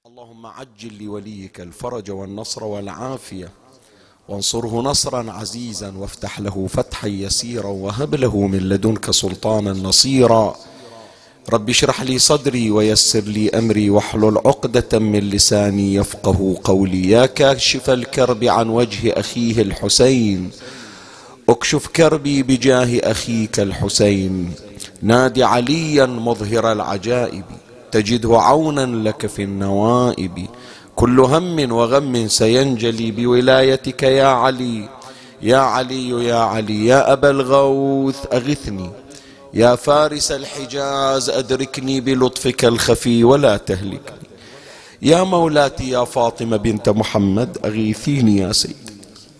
اللهم عجل لوليك الفرج والنصر والعافية، وانصره نصرا عزيزا، وافتح له فتحا يسيرا، وهب له من لدنك سلطانا نصيرا. رب اشرح لي صدري ويسر لي أمري، واحلل عقدة من لساني يفقه قولي. يا كاشف الكرب عن وجه أخيه الحسين، اكشف كربي بجاه أخيك الحسين. نادي عليا مظهر العجائب، تجده عونا لك في النوائب. كل هم وغم سينجلي بولايتك يا علي. يا علي يا علي يا أبا الغوث أغثني، يا فارس الحجاز أدركني بلطفك الخفي ولا تهلكني. يا مولاتي يا فاطمة بنت محمد أغيثيني يا سيدي.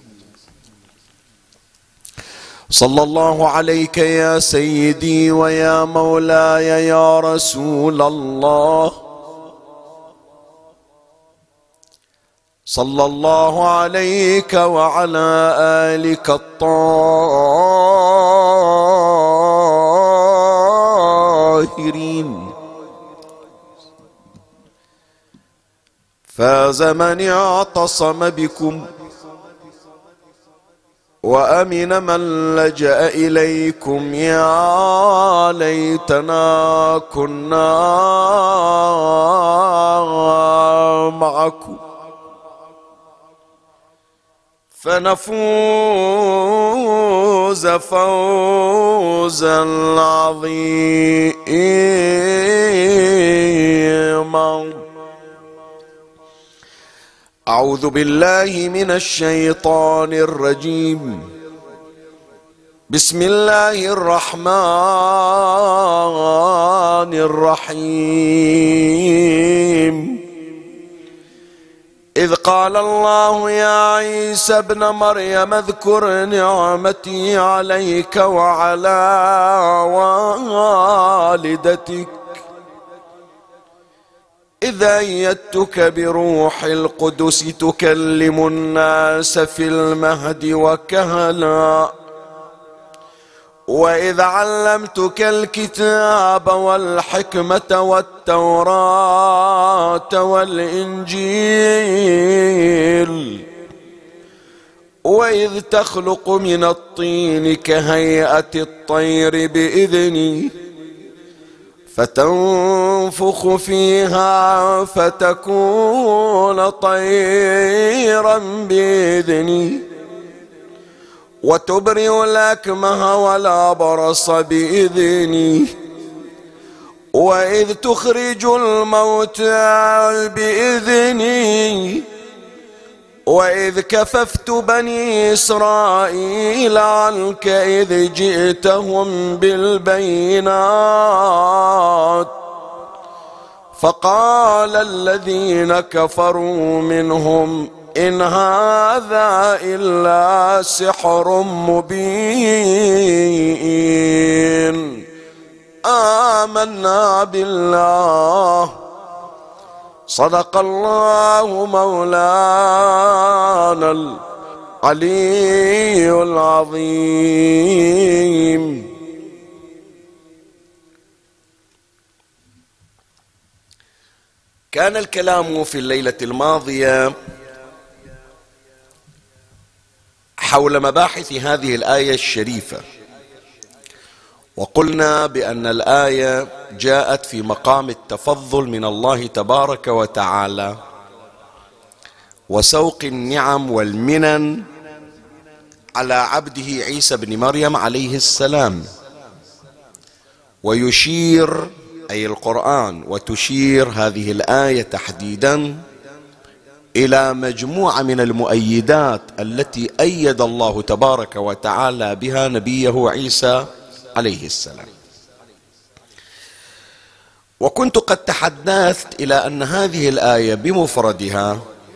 صلى الله عليك يا سيدي ويا مولاي يا رسول الله. صلى الله عليك وعلى آلك الطاهرين. فاز من اعتصم بكم، وأمن من لجأ إليكم. يا ليتنا كنا معكم فنفوز فوزا عظيما. أعوذ بالله من الشيطان الرجيم. بسم الله الرحمن الرحيم. إذ قال الله يا عيسى ابن مريم اذكر نعمتي عليك وعلى والدتك إذ أيدتك بروح القدس تكلم الناس في المهد وكهلا، وإذ علمتك الكتاب والحكمة والتوراة والإنجيل، وإذ تخلق من الطين كهيئة الطير بإذني فتنفخ فيها فتكون طيرا بإذني، وتبرئ الأكمه والأبرص بإذني، وإذ تخرج الموتى بإذني، وإذ كففت بني إسرائيل عنك إذ جئتهم بالبينات، فقال الذين كفروا منهم إن هذا إلا سحر مبين. آمنا بالله. صدق الله مولانا العلي العظيم. كان الكلام في الليلة الماضية حول مباحث هذه الآية الشريفة، وقلنا بأن الآية جاءت في مقام التفضل من الله تبارك وتعالى وسوق النعم والمنن على عبده عيسى بن مريم عليه السلام، ويشير أي القرآن وتشير هذه الآية تحديدا إلى مجموعة من المؤيدات التي أيد الله تبارك وتعالى بها نبيه عيسى عليه السلام. وكنت قد تحدثت إلى أن هذه الآية بمفردها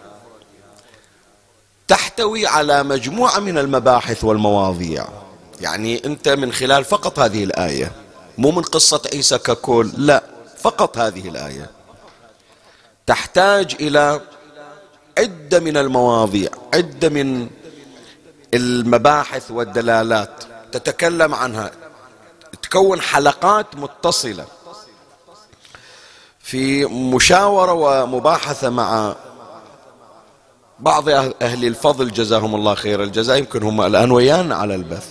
تحتوي على مجموعة من المباحث والمواضيع. يعني أنت من خلال فقط هذه الآية، مو من قصة عيسى ككل، لا، فقط هذه الآية تحتاج إلى عدة من المواضيع، عدة من المباحث والدلالات تتكلم عنها، تكون حلقات متصلة. في مشاورة ومباحثة مع بعض أهل الفضل جزاهم الله خير الجزاء، يمكن هم الآن ويانا على البث،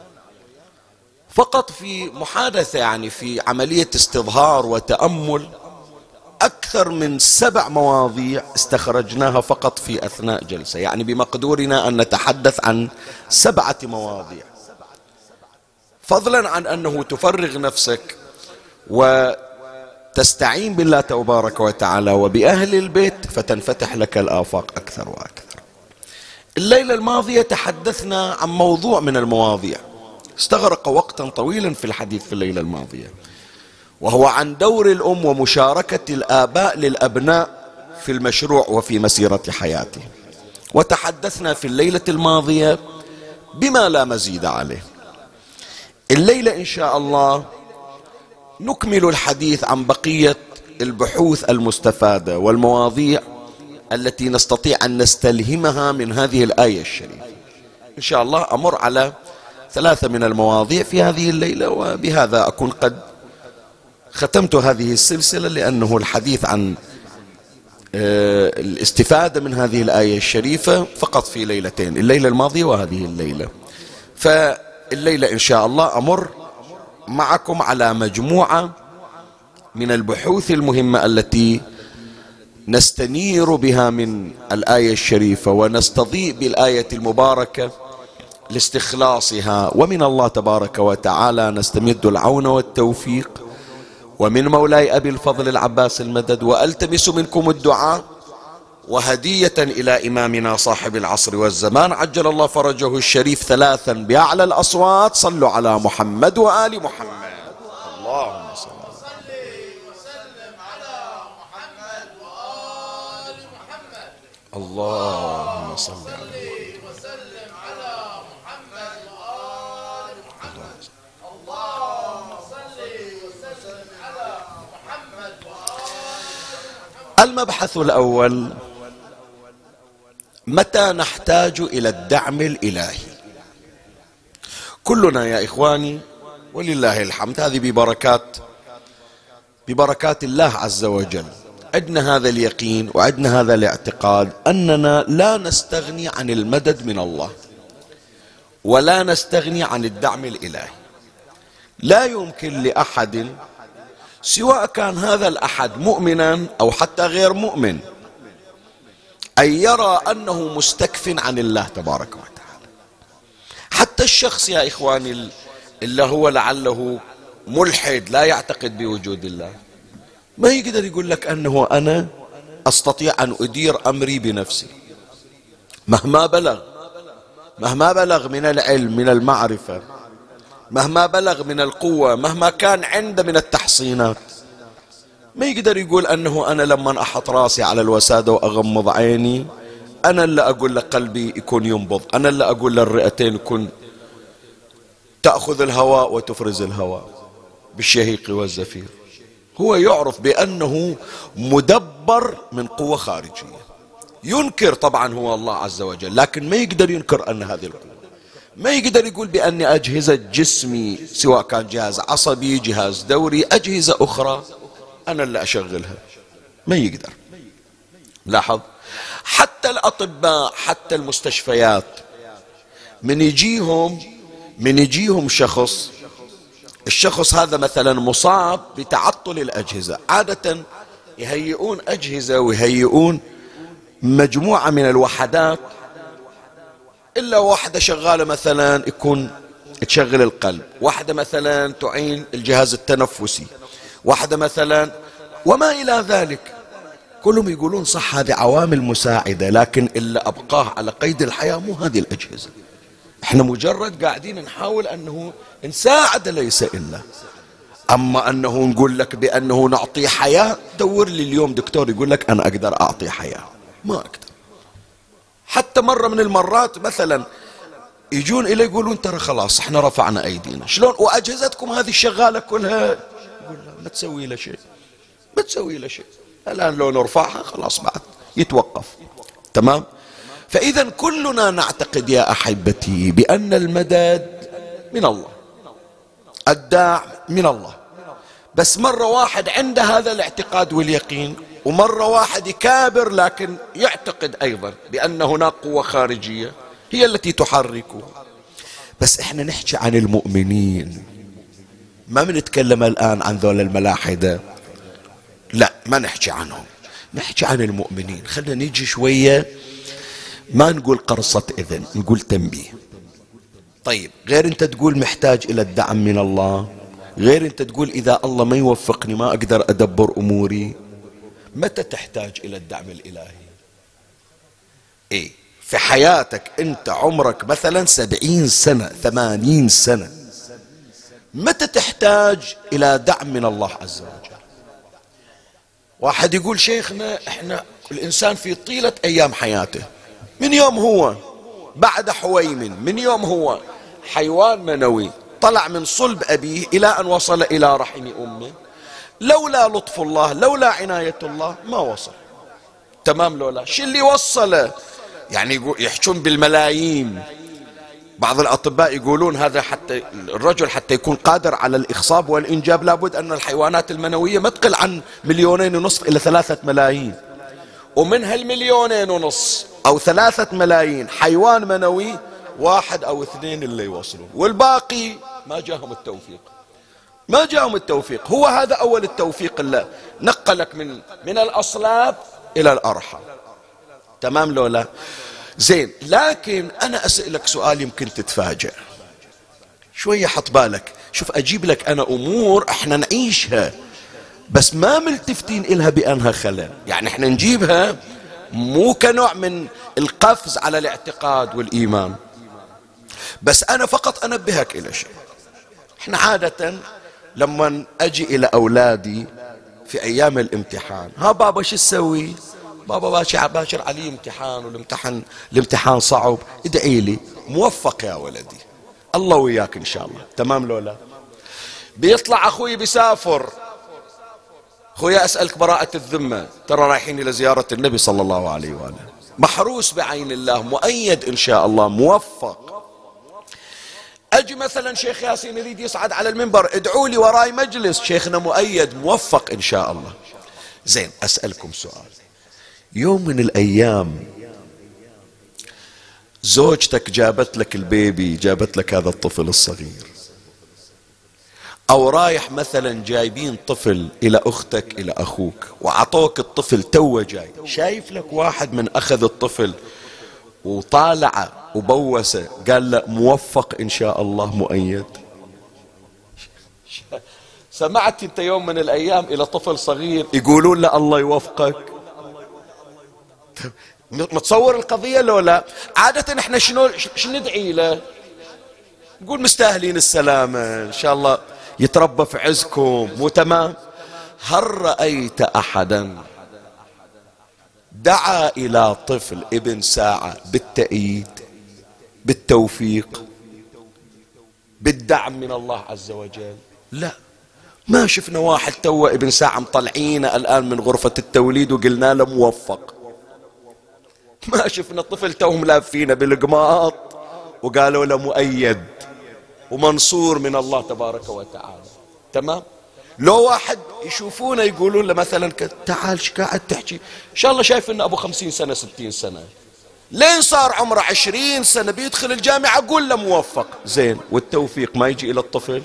فقط في محادثة يعني في عملية استظهار وتأمل، أكثر من 7 مواضيع استخرجناها فقط في أثناء جلسة، يعني بمقدورنا أن نتحدث عن 7 مواضيع، فضلا عن أنه تفرغ نفسك وتستعين بالله تبارك وتعالى وبأهل البيت فتنفتح لك الآفاق أكثر وأكثر. الليلة الماضية تحدثنا عن موضوع من المواضيع استغرق وقتا طويلا في الحديث في الليلة الماضية، وهو عن دور الأم ومشاركة الآباء للأبناء في المشروع وفي مسيرة حياته، وتحدثنا في الليلة الماضية بما لا مزيد عليه. الليلة إن شاء الله نكمل الحديث عن بقية البحوث المستفادة والمواضيع التي نستطيع أن نستلهمها من هذه الآية الشريفة. إن شاء الله أمر على 3 من المواضيع في هذه الليلة، وبهذا أكون قد ختمت هذه السلسلة، لأنه الحديث عن الاستفادة من هذه الآية الشريفة فقط في ليلتين، الليلة الماضية وهذه الليلة. فالليلة إن شاء الله أمر معكم على مجموعة من البحوث المهمة التي نستنير بها من الآية الشريفة ونستضيء بالآية المباركة لاستخلاصها، ومن الله تبارك وتعالى نستمد العون والتوفيق، ومن مولاي أبي الفضل العباس المدد، وألتمس منكم الدعاء، وهدية إلى إمامنا صاحب العصر والزمان عجل الله فرجه الشريف 3 بأعلى الأصوات: صلوا على محمد وآل محمد. اللهم صل وسلم على محمد وآل محمد. اللهم صل وسلم على محمد وآل محمد. اللهم صل وسلم على محمد وآل. المبحث الأول: متى نحتاج إلى الدعم الإلهي؟ كلنا يا إخواني ولله الحمد، هذه ببركات الله عز وجل، عندنا هذا اليقين وعندنا هذا الاعتقاد أننا لا نستغني عن المدد من الله ولا نستغني عن الدعم الإلهي. لا يمكن لأحد سواء كان هذا الأحد مؤمنا أو حتى غير مؤمن أن يرى أنه مستكف عن الله تبارك وتعالى. حتى الشخص يا إخواني اللي هو لعله ملحد لا يعتقد بوجود الله ما يقدر يقول لك أنه أنا أستطيع أن أدير أمري بنفسي، مهما بلغ من العلم من المعرفة، مهما بلغ من القوة، مهما كان عنده من التحصينات، ما يقدر يقول أنه أنا لما أحط راسي على الوسادة وأغمض عيني أنا اللي أقول لقلبي يكون ينبض، أنا اللي أقول للرئتين يكون تأخذ الهواء وتفرز الهواء بالشهيق والزفير. هو يعرف بأنه مدبر من قوة خارجية. ينكر طبعا هو الله عز وجل، لكن ما يقدر ينكر أن هذه القوة، ما يقدر يقول بأن أجهزة جسمي سواء كان جهاز عصبي، جهاز دوري، أجهزة أخرى أنا اللي أشغلها، ما يقدر. لاحظ حتى الأطباء حتى المستشفيات من يجيهم الشخص هذا مثلا مصاب بتعطل الأجهزة، عادة يهيئون أجهزة ويهيئون مجموعة من الوحدات، إلا واحدة شغالة مثلا يكون تشغل القلب، واحدة مثلا تعين الجهاز التنفسي، واحدة مثلا وما إلى ذلك. كلهم يقولون صح هذه عوامل مساعدة، لكن اللي أبقاه على قيد الحياة مو هذه الأجهزة. احنا مجرد قاعدين نحاول أنه نساعد ليس إلا، أما أنه نقول لك بأنه نعطي حياة، دور لي اليوم دكتور يقول لك أنا أقدر أعطي حياة، ما أقدر. حتى مرة من المرات مثلا يجون إلي يقولون ترى خلاص احنا رفعنا أيدينا، شلون وأجهزتكم هذه الشغالة كلها؟ يقول لا ما تسوي له شيء، ما تسوي له شيء، الآن لو نرفعها خلاص بعد يتوقف. تمام؟ فإذا كلنا نعتقد يا أحبتي بأن المدد من الله، الداع من الله، بس مرة واحد عنده هذا الاعتقاد واليقين، ومرة واحد يكابر لكن يعتقد أيضا بأن هناك قوة خارجية هي التي تحركه. بس احنا نحكي عن المؤمنين، ما بنتكلم الآن عن ذول الملاحدة، لا ما نحكي عنهم، نحكي عن المؤمنين. خلنا نيجي شوية، ما نقول قرصة إذن، نقول تنبيه. طيب غير أنت تقول محتاج إلى الدعم من الله، غير أنت تقول إذا الله ما يوفقني ما أقدر أدبر أموري، متى تحتاج إلى الدعم الإلهي؟ إيه في حياتك أنت عمرك مثلا 70 سنة 80 سنة، متى تحتاج إلى دعم من الله عز وجل؟ واحد يقول شيخنا احنا الإنسان في طيلة أيام حياته، من يوم هو بعد حويمن، من يوم هو حيوان منوي طلع من صلب أبيه إلى أن وصل إلى رحم أمه، لولا لطف الله لولا عناية الله ما وصل. تمام لولا شو اللي وصله؟ يعني يحجون بالملايين. بعض الأطباء يقولون هذا حتى الرجل حتى يكون قادر على الإخصاب والإنجاب لابد أن الحيوانات المنوية ما تقل عن 2.5 إلى 3 ملايين، ومن هال2.5 أو 3 ملايين حيوان منوي 1 أو 2 اللي يوصلون، والباقي ما جاهم التوفيق، ما جاهم التوفيق. هو هذا أول التوفيق اللي نقلك من الأصلاب إلى الأرحام. تمام لولا؟ زين، لكن أنا أسألك سؤال يمكن تتفاجأ شوية، حط بالك، شوف أجيب لك أنا أمور إحنا نعيشها بس ما ملتفتين إلها بأنها خلل، يعني إحنا نجيبها مو كنوع من القفز على الاعتقاد والإيمان، بس أنا فقط أنبهك إلى شيء. إحنا عادة لما أجي إلى أولادي في أيام الامتحان، ها بابا شو تسوي؟ بابا باشر علي امتحان، والامتحان صعب، ادعي لي موفق يا ولدي، الله وياك إن شاء الله. تمام لولا؟ بيطلع أخوي بيسافر، أخويا أسألك براءة الذمة، ترى رايحين إلى زيارة النبي صلى الله عليه وآله، محروس بعين الله، مؤيد إن شاء الله، موفق. أجي مثلا شيخ ياسين يريد يصعد على المنبر، ادعوا لي وراي مجلس، شيخنا مؤيد موفق إن شاء الله. زين، أسألكم سؤال، يوم من الأيام زوجتك جابت لك البيبي، جابت لك هذا الطفل الصغير، أو رايح مثلا جايبين طفل إلى أختك إلى أخوك وعطوك الطفل توه جاي، شايف لك واحد من أخذ الطفل وطالعه وبوسه قال له موفق إن شاء الله مؤيد؟ سمعت أنت يوم من الأيام إلى طفل صغير يقولون له الله يوفقك؟ متصور القضية لو لا؟ عادة احنا شنو ندعي له؟ نقول مستاهلين السلامة إن شاء الله يتربى في عزكم، مو تمام؟ هل رأيت أحدا دعا إلى طفل ابن ساعة بالتأييد، بالتوفيق، بالدعم من الله عز وجل؟ لا، ما شفنا واحد توه ابن ساعة مطلعينه الآن من غرفة التوليد وقلنا له موفق، ما شفنا طفل توهم لافينه بالقماط وقالوا له مؤيد ومنصور من الله تبارك وتعالى. تمام؟ لو واحد يشوفونه يقولون له مثلا تعال ايش قاعد تحكي، ان شاء الله شايف انه ابو 50 سنة 60 سنة، لين صار عمره 20 سنة بيدخل الجامعة قول له موفق. زين، والتوفيق ما يجي الى الطفل؟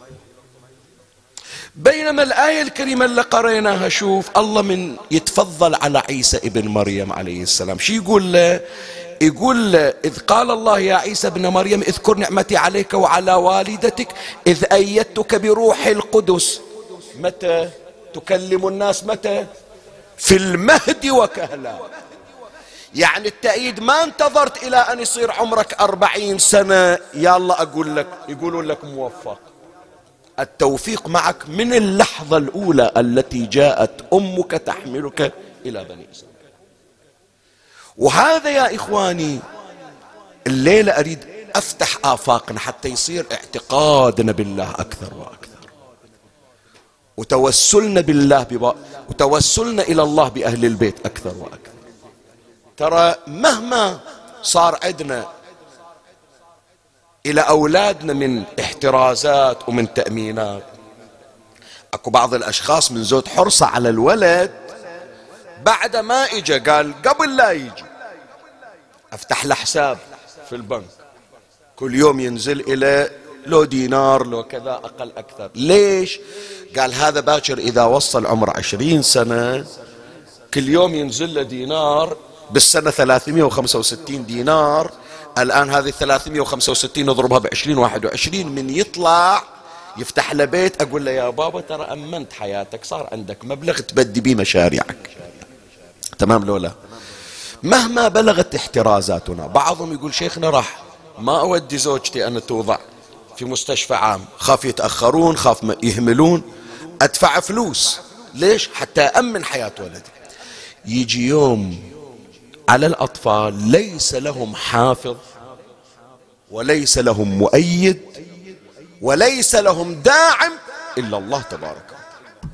بينما الآية الكريمة اللي قريناها، شوف الله من يتفضل على عيسى ابن مريم عليه السلام، شو يقول له؟ يقول له إذ قال الله يا عيسى ابن مريم اذكر نعمتي عليك وعلى والدتك إذ أيدتك بروح القدس. متى تكلم الناس؟ متى؟ في المهد وكهلا. يعني التأييد ما انتظرت إلى أن يصير عمرك 40 سنة يا الله أقول لك يقولون لك موفق. التوفيق معك من اللحظة الأولى التي جاءت أمك تحملك إلى بني إسرائيل. وهذا يا إخواني الليلة أريد أفتح آفاقنا حتى يصير اعتقادنا بالله أكثر وأكثر، وتوسلنا بالله وتوسلنا إلى الله بأهل البيت أكثر وأكثر. ترى مهما صار عندنا إلى أولادنا من احترازات ومن تأمينات، اكو بعض الاشخاص من زود حرصه على الولد بعد ما اجى قال قبل لا يجي افتح له حساب في البنك، كل يوم ينزل الى لو دينار لو كذا اقل اكثر. ليش؟ قال هذا باكر اذا وصل عمره 20 سنة كل يوم ينزل له دينار، بالسنة 365 دينار، الان هذه 365 نضربها ب20 21، من يطلع يفتح له بيت اقول له يا بابا ترى امنت حياتك، صار عندك مبلغ تبدي بيه مشاريعك. تمام لو لا؟ مهما بلغت احترازاتنا، بعضهم يقول شيخنا راح ما اودي زوجتي انا توضع في مستشفى عام، خاف يتاخرون، خاف يهملون، ادفع فلوس. ليش؟ حتى امن حياة ولدي. يجي يوم على الاطفال ليس لهم حافظ وليس لهم مؤيد وليس لهم داعم الا الله تبارك وتعالى.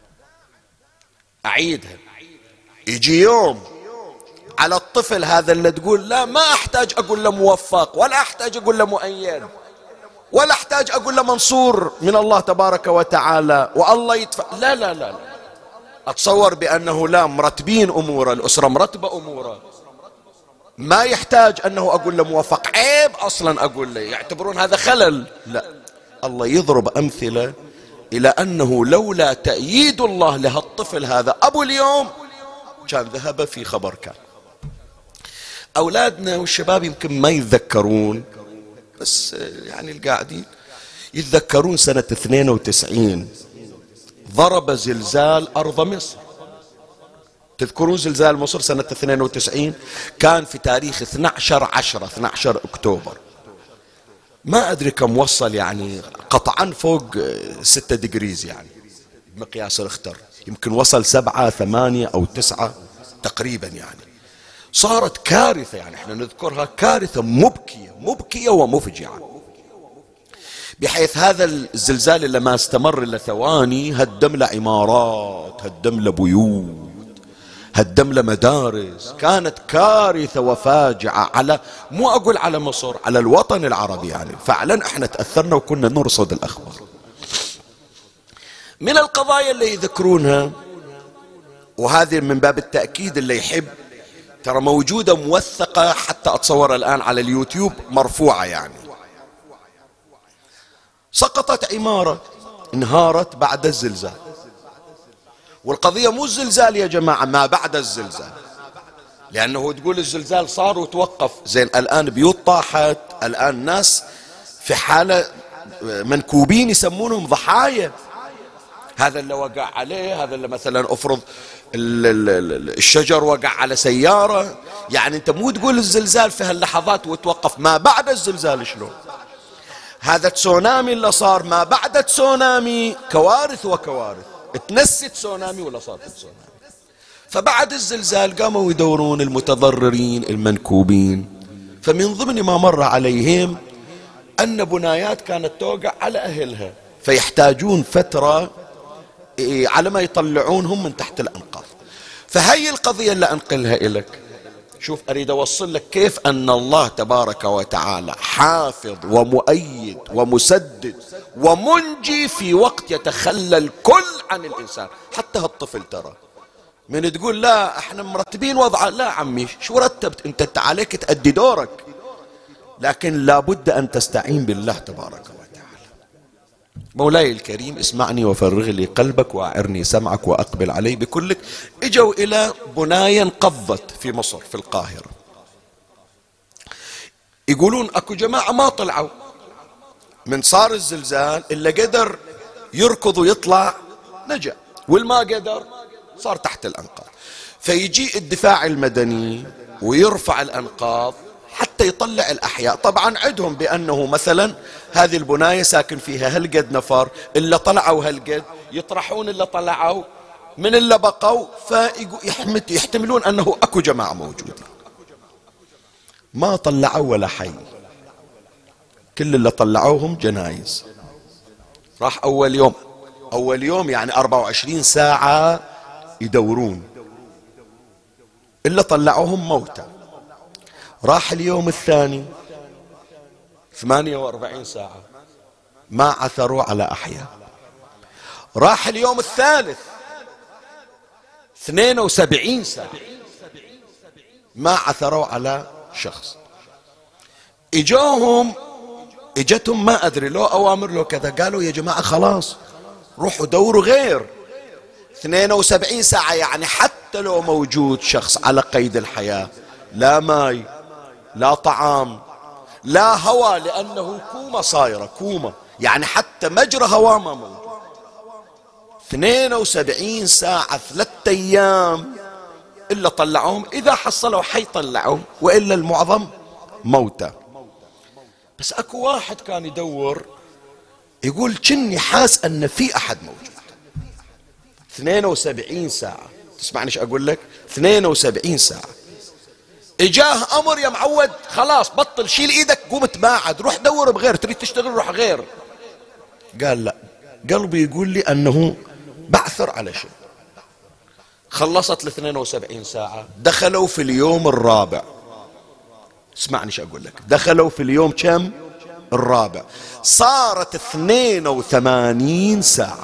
اعيدها، يجي يوم على الطفل هذا اللي تقول لا ما احتاج اقول له موفق، ولا احتاج اقول له مؤيد، ولا احتاج اقول له منصور من الله تبارك وتعالى والله يدفع، لا لا لا, لا. اتصور بانه لا، مرتبين اموره، الاسره مرتبه اموره، ما يحتاج انه اقول له موفق، عيب اصلا اقول له، يعتبرون هذا خلل. لا، الله يضرب امثله الى انه لولا تأييد الله لهالطفل هذا ابو اليوم كان ذهب في خبر كان. اولادنا والشباب يمكن ما يتذكرون، بس يعني القاعدين يتذكرون سنة 92 ضرب زلزال أرض مصر. تذكرون زلزال مصر سنة 92؟ كان في تاريخ 12 أكتوبر، ما أدري كم وصل، يعني قطعا فوق 6 دقريز يعني بمقياس الريختر، يمكن وصل 7 8 أو 9 تقريبا. يعني صارت كارثة، يعني احنا نذكرها كارثة مبكية ومفجعة، بحيث هذا الزلزال اللي ما استمر الا ثواني هدم له عمارات، هدم له بيوت، هدم له مدارس. كانت كارثة وفاجعة على، مو اقول على مصر، على الوطن العربي. يعني فعلا احنا تأثرنا وكنا نرصد الاخبار. من القضايا اللي يذكرونها، وهذه من باب التأكيد اللي يحب، ترى موجودة موثقة حتى أتصور الآن على اليوتيوب مرفوعة. يعني سقطت عمارة انهارت بعد الزلزال، والقضية مو الزلزال يا جماعة، ما بعد الزلزال، لأنه تقول الزلزال صار وتوقف. زين الآن بيوت طاحت، الآن ناس في حالة منكوبين يسمونهم ضحايا. هذا اللي وقع عليه، هذا اللي مثلا افرض الشجر وقع على سيارة. يعني انت مو تقول الزلزال في هاللحظات وتوقف، ما بعد الزلزال شلون؟ هذا تسونامي اللي صار، ما بعد تسونامي كوارث وكوارث. تنسي تسونامي ولا صارت تسونامي؟ فبعد الزلزال قاموا يدورون المتضررين المنكوبين. فمن ضمن ما مر عليهم أن بنايات كانت توقع على أهلها، فيحتاجون فترة على ما يطلعونهم من تحت الأنقاض. فهي القضية اللي أنقلها إليك. شوف، أريد أوصل لك كيف أن الله تبارك وتعالى حافظ ومؤيد ومسدد ومنجي في وقت يتخلى الكل عن الإنسان، حتى هالطفل. ترى من تقول لا احنا مرتبين وضعه، لا عمي، شو رتبت انت؟ عليك تأدي دورك، لكن لابد أن تستعين بالله تبارك وتعالى. مولاي الكريم اسمعني وفرغ لي قلبك وأعرني سمعك وأقبل علي بكلك. اجوا إلى بناية انقضت في مصر في القاهرة، يقولون اكو جماعة ما طلعوا من صار الزلزال، اللي قدر يركض ويطلع نجا، والما قدر صار تحت الأنقاض. فيجي الدفاع المدني ويرفع الأنقاض حتى يطلع الأحياء. طبعا عدهم بأنه مثلا هذه البناية ساكن فيها هالقد نفر، اللي طلعوا هالقد يطرحون اللي طلعوا من اللي بقوا، فيحتملون أنه أكو جماعة موجودة. ما طلعوا ولا حي، كل اللي طلعوهم جنايز. راح أول يوم يعني 24 ساعة يدورون، اللي طلعوهم موتى. راح اليوم الثاني 48 ساعة ما عثروا على أحياء. راح اليوم الثالث 72 ساعة ما عثروا على شخص. اجتهم ما ادري لو اوامر لو كذا، قالوا يا جماعة خلاص روحوا دوروا غير. 72 ساعة يعني حتى لو موجود شخص على قيد الحياة، لا ماي لا طعام لا هواء، لأنه كومة صايرة كومة، يعني حتى مجرى هواء ما موجود. 72 ساعة 3 أيام إلا طلعوهم، إذا حصلوا حي طلعوهم، وإلا المعظم موتى. بس أكو واحد كان يدور يقول كني حاس أن في أحد موجود. 72 ساعة، تسمعني ايش أقول لك؟ 72 ساعة إجاه أمر يا معود خلاص بطل، شيل إيدك قوم تباعد، روح دور بغير، تريد تشتغل روح غير. قال لا، قلبي يقول لي أنه بعثر على شيء. خلصت ال 72 ساعة، دخلوا في اليوم الرابع. اسمعني ايش أقول لك، دخلوا في اليوم كم؟ الرابع. صارت 82 ساعة.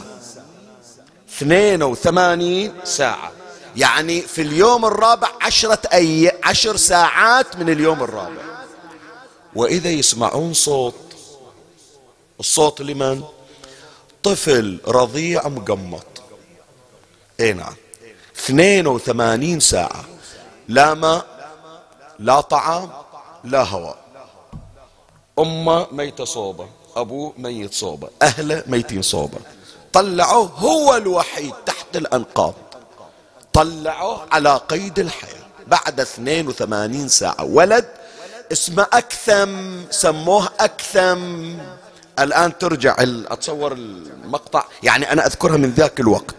82 ساعة يعني في اليوم الرابع 10 ساعات من اليوم الرابع. وإذا يسمعون صوت، الصوت لمن؟ طفل رضيع مقمط. اي نعم. 82 ساعة لا ماء لا طعام لا هواء، أمه ميتة صوبة، أبوه ميت صوبة، أهله ميتين صوبة. طلعوه هو الوحيد تحت الأنقاض، طلعوه على قيد الحياة بعد 82 ساعة. ولد اسمه أكثم، سموه أكثم. الآن ترجع أتصور المقطع، يعني أنا أذكرها من ذاك الوقت،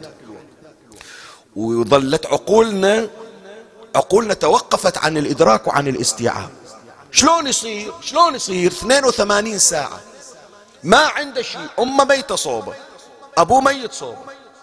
وظلت عقولنا توقفت عن الإدراك وعن الاستيعاب. شلون يصير 82 ساعة ما عنده شيء، أمه ميتة صوبة، أبوه ميت صوبة.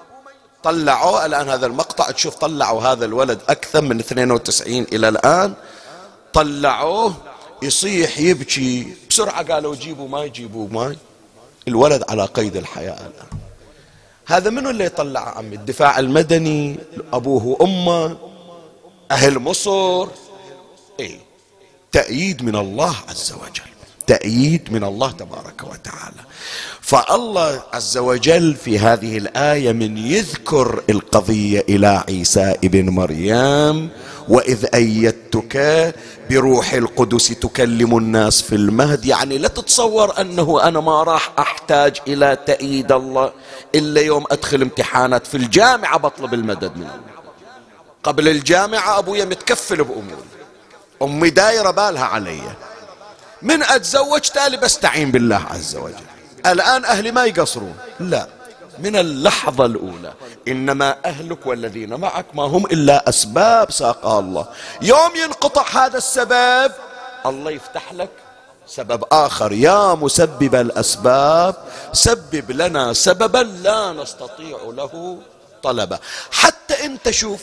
طلعوه الآن، هذا المقطع تشوف، طلعوا هذا الولد أكثر من 92 إلى الآن، طلعوه يصيح يبكي بسرعة، قالوا جيبوا ماي جيبوا ماي. الولد على قيد الحياة الآن. هذا منو اللي يطلع عمي؟ الدفاع المدني، أبوه وأمه، أهل مصر. إيه، تأييد من الله عز وجل، تأييد من الله تبارك وتعالى. فالله عز وجل في هذه الآية من يذكر القضية إلى عيسى ابن مريم، وإذ أيدتك بروح القدس تكلم الناس في المهد، يعني لا تتصور أنه أنا ما راح أحتاج إلى تأييد الله إلا يوم أدخل امتحانات في الجامعة بطلب المدد من الله. قبل الجامعة أبويا متكفل بأموري، أمي دايرة بالها علي، من أتزوج تالي بستعين بالله عز وجل. الآن أهلي ما يقصرون، لا، من اللحظة الأولى إنما أهلك والذين معك ما هم إلا أسباب ساقها الله. يوم ينقطع هذا السبب الله يفتح لك سبب آخر. يا مسبب الأسباب سبب لنا سببا لا نستطيع له طلبا. حتى أنت شوف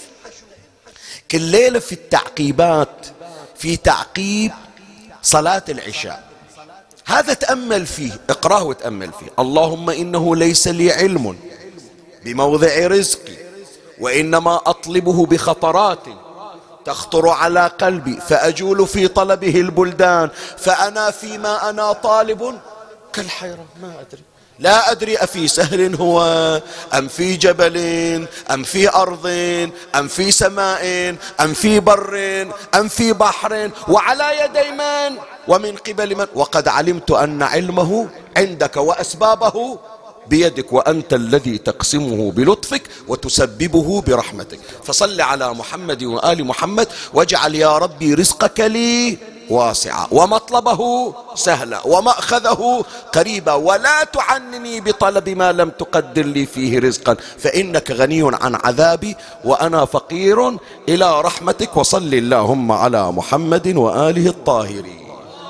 كل ليلة في التعقيبات، في تعقيب صلاة العشاء، هذا تأمل فيه، اقراه وتأمل فيه. اللهم إنه ليس لي علم بموضع رزقي، وإنما أطلبه بخطرات تخطر على قلبي، فأجول في طلبه البلدان، فأنا فيما أنا طالب كالحيرة ما أدري، لا أدري أفي سهل هو أم في جبل أم في أرض أم في سماء أم في بر أم في بحر، وعلى يدي من ومن قبل من، وقد علمت أن علمه عندك وأسبابه بيدك، وأنت الذي تقسمه بلطفك وتسببه برحمتك. فصل على محمد وآل محمد، واجعل يا ربي رزقك لي واسعا، ومطلبه سهلا، ومأخذه قريبا، ولا تعنني بطلب ما لم تقدر لي فيه رزقا، فإنك غني عن عذابي وأنا فقير إلى رحمتك. وصل اللهم على محمد وآله الطاهرين.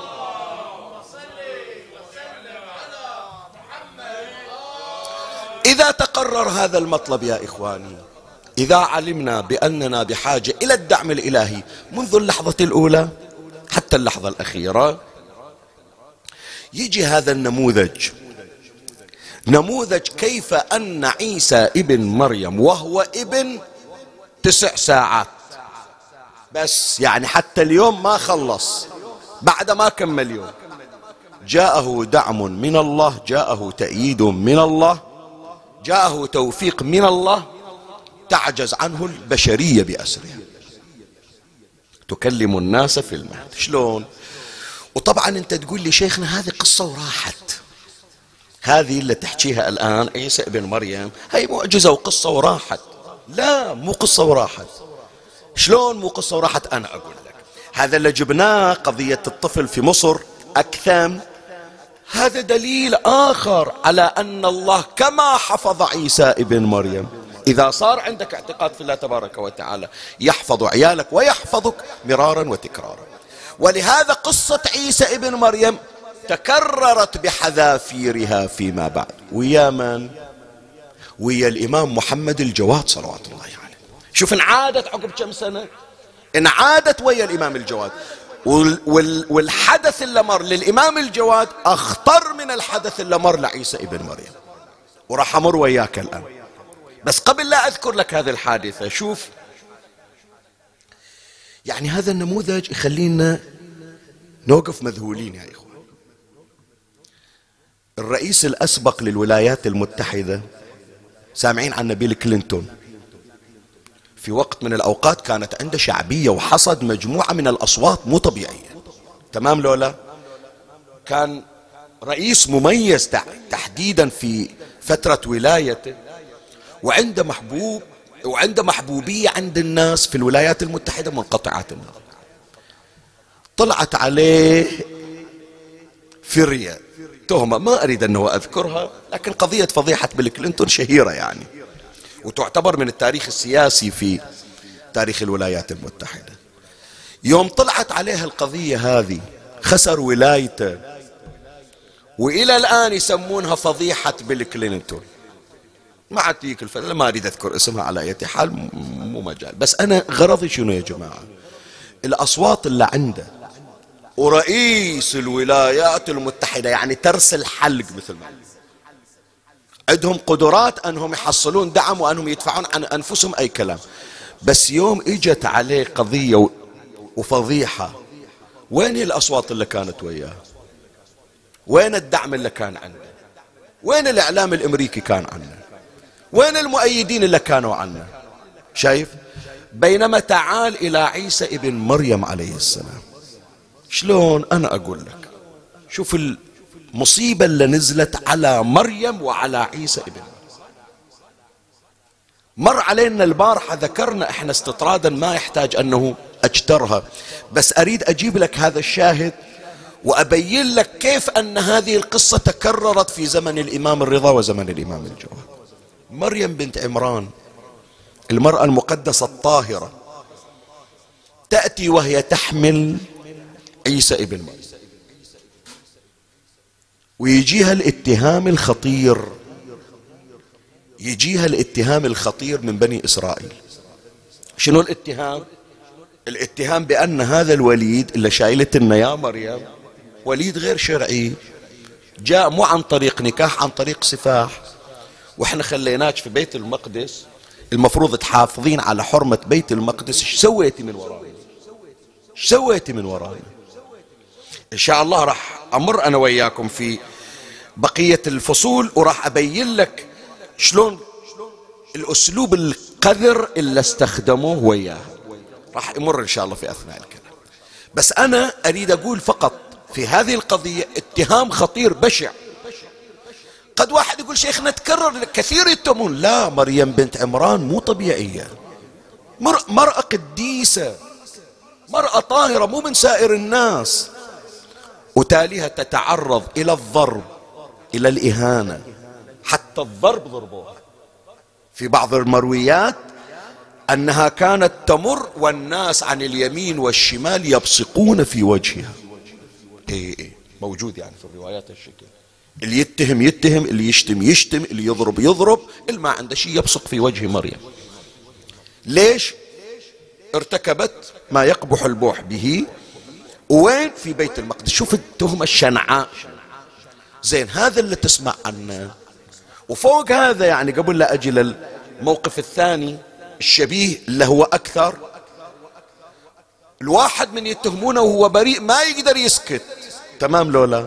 إذا تقرر هذا المطلب يا إخواني، إذا علمنا بأننا بحاجة إلى الدعم الإلهي منذ اللحظة الأولى حتى اللحظة الأخيرة، يجي هذا النموذج نموذج كيف أن عيسى ابن مريم وهو ابن 9 ساعات بس، يعني حتى اليوم ما خلص، بعد ما كمل يوم، جاءه دعم من الله، جاءه تأييد من الله، جاءه توفيق من الله تعجز عنه البشرية بأسرها. تكلم الناس في المهد. شلون؟ وطبعا انت تقول لي شيخنا هذه قصة وراحت، هذه اللي تحكيها الآن عيسى ابن مريم هي معجزة وقصة وراحت. لا، مو قصة وراحت. شلون مو قصة وراحت؟ أنا أقول لك، هذا اللي جبناه قضية الطفل في مصر أكثم، هذا دليل آخر على أن الله كما حفظ عيسى ابن مريم، إذا صار عندك اعتقاد في الله تبارك وتعالى يحفظ عيالك ويحفظك مرارا وتكرارا. ولهذا قصة عيسى ابن مريم تكررت بحذافيرها فيما بعد. ويا من؟ ويا الإمام محمد الجواد صلوات الله عليه. شوف انعادت عقب كم سنة، انعادت ويا الإمام الجواد، والحدث اللي مر للإمام الجواد أخطر من الحدث اللي مر لعيسى ابن مريم، وراح أمر وياك الآن. بس قبل لا أذكر لك هذه الحادثة، شوف يعني هذا النموذج يخلينا نوقف مذهولين يا إخوة. الرئيس الأسبق للولايات المتحدة، سامعين عن بيل كلينتون، في وقت من الأوقات كانت عنده شعبية وحصد مجموعة من الأصوات مو طبيعية، تمام لولا؟ كان رئيس مميز تحديدا في فترة ولايته، وعنده محبوب وعنده محبوبية عند الناس في الولايات المتحدة منقطعات النظر. طلعت عليه فرية، تهمة ما أريد أنه أذكرها، لكن قضية فضيحة بيل كلينتون شهيرة يعني، وتعتبر من التاريخ السياسي في تاريخ الولايات المتحدة. يوم طلعت عليها القضية هذه خسر ولايته، وإلى الآن يسمونها فضيحة بيل كلينتون. ما عتيك الفترة، ما أريد أذكر اسمها على أي حال، مو مجال. بس أنا غرضي شنو يا جماعة؟ الأصوات اللي عنده، ورئيس الولايات المتحدة يعني ترسل حلق مثل ما عندهم قدرات أنهم يحصلون دعم وأنهم يدفعون عن أنفسهم أي كلام. بس يوم إجت عليه قضية وفضيحة، وين الأصوات اللي كانت وياه؟ وين الدعم اللي كان عنده؟ وين الإعلام الأمريكي كان عنه؟ وين المؤيدين اللي كانوا عنه؟ شايف؟ بينما تعال إلى عيسى ابن مريم عليه السلام، شلون؟ أنا أقول لك، شوف المصيبة اللي نزلت على مريم وعلى عيسى ابن مريم. مر علينا البارحة، ذكرنا احنا استطرادا ما يحتاج أنه أجترها، بس أريد أجيب لك هذا الشاهد وأبين لك كيف أن هذه القصة تكررت في زمن الإمام الرضا وزمن الإمام الجواد. مريم بنت عمران، المرأة المقدسة الطاهرة، تأتي وهي تحمل عيسى ابن مريم، ويجيها الاتهام الخطير، يجيها الاتهام الخطير من بني إسرائيل. شنو الاتهام؟ الاتهام بأن هذا الوليد اللي شايلت لنا يا مريم وليد غير شرعي، جاء مو عن طريق نكاح، عن طريق سفاح، واحنا خليناك في بيت المقدس، المفروض تحافظين على حرمة بيت المقدس. ايش سويتي من ورانا؟ ايش سويتي من ورانا؟ ان شاء الله راح امر انا وياكم في بقية الفصول، وراح ابين لك شلون الاسلوب القذر اللي استخدموه وياها، راح يمر ان شاء الله في اثناء الكلام. بس انا اريد اقول فقط في هذه القضية اتهام خطير بشع. قد واحد يقول شيخنا تكرر، كثير يتهمون. لا، مريم بنت عمران مو طبيعية، مرأة قديسة، مرأة طاهرة، مو من سائر الناس، وتاليها تتعرض إلى الضرب، إلى الإهانة، حتى الضرب ضربوها. في بعض المرويات أنها كانت تمر والناس عن اليمين والشمال يبصقون في وجهها. إيه موجود يعني في الروايات الشكل، اللي يتهم يتهم، اللي يشتم يشتم، اللي يضرب يضرب، اللي ما عنده شيء يبصق في وجه مريم. ليش؟ ارتكبت ما يقبح البوح به، وين؟ في بيت المقدس. شوف التهمة الشنعاء. زين، هذا اللي تسمع عنه وفوق هذا يعني قبل لا أجي للموقف الثاني الشبيه اللي هو أكثر، الواحد من يتهمونه وهو بريء ما يقدر يسكت، تمام لولا؟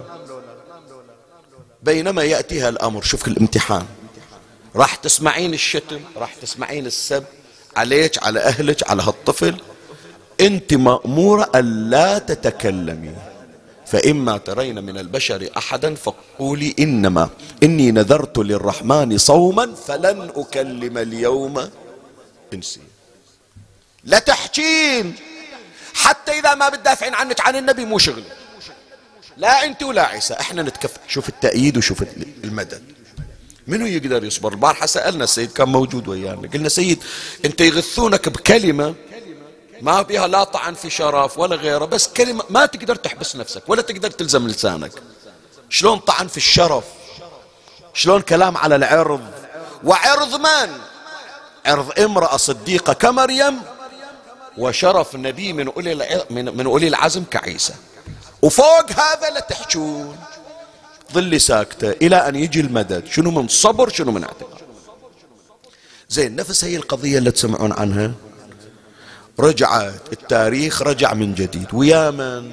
بينما يأتيها الأمر، شوف الامتحان، راح تسمعين الشتم، راح تسمعين السب عليك، على أهلك، على هالطفل، أنت مأمورة أن لا تتكلمي، فإما ترين من البشر أحدا فقولي إني نذرت للرحمن صوما فلن أكلم اليوم إنسيا. لا تحكين حتى إذا ما بتدافعين عنك عن النبي، مو شغل، لا أنت ولا عيسى، إحنا نتكفل. شوف التأييد وشوف المدد. منو يقدر يصبر؟ البارحة سألنا السيد، كان موجود ويانا، قلنا سيد أنت يغثونك بكلمة ما بها لا طعن في شرف ولا غيره، بس كلمة ما تقدر تحبس نفسك ولا تقدر تلزم لسانك. شلون طعن في الشرف؟ شلون كلام على العرض؟ وعرض من؟ عرض امرأة صديقة كمريم، وشرف نبي من أولي العزم كعيسى. وفوق هذا لا تحجون، ظلي ساكتة إلى أن يجي المدد. شنو من صبر، شنو من اعتقاد. زين، نفس هي القضية اللي تسمعون عنها، رجعت التاريخ، رجع من جديد. ويا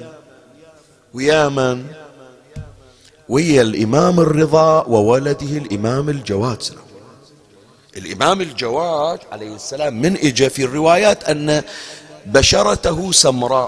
من ويا الإمام الرضا وولده الإمام الجواد. الإمام الجواد عليه السلام من إجا في الروايات أن بشرته سمراء،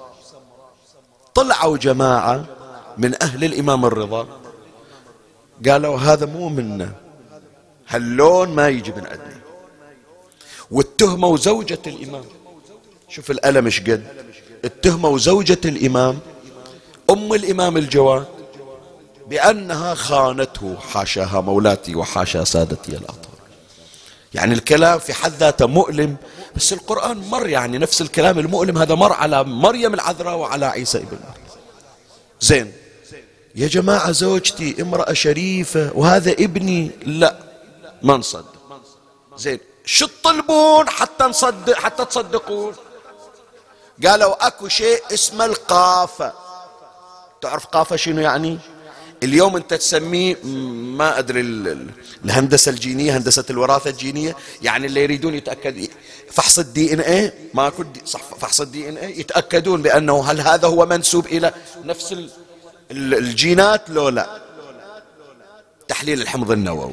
طلعوا جماعة من أهل الإمام الرضا قالوا هذا مو منا، هاللون ما يجي من عندنا، واتهموا زوجة الإمام. شوف الألم ايش قد، اتهموا زوجة الإمام أم الإمام الجواد بأنها خانته، حاشاها مولاتي وحاشا سادتي الأطهار. يعني الكلام في حد ذاته مؤلم، بس القرآن مر يعني نفس الكلام المؤلم هذا مر على مريم العذراء وعلى عيسى ابن مريم. زين يا جماعة، زوجتي امرأة شريفة وهذا ابني، لا ما نصدق. زين شو تطلبون حتى نصدق، حتى تصدقون؟ قالوا اكو شيء اسمه القافة. تعرف قافة شنو يعني؟ اليوم انت تسميه ما ادري الهندسة الجينية، هندسة الوراثة الجينية، يعني اللي يريدون يتأكد فحص الدي ان ايه، ماكو صح، فحص الدي ان ايه يتأكدون بانه هل هذا هو منسوب الى نفس الجينات لو لا. تحليل الحمض النووي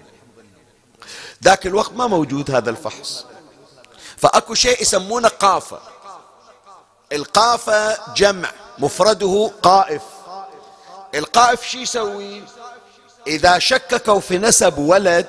ذاك الوقت ما موجود هذا الفحص، فاكو شيء يسمونه قافة. القافة جمع مفرده قائف. القائف شي يسوي؟ إذا شككوا في نسب ولد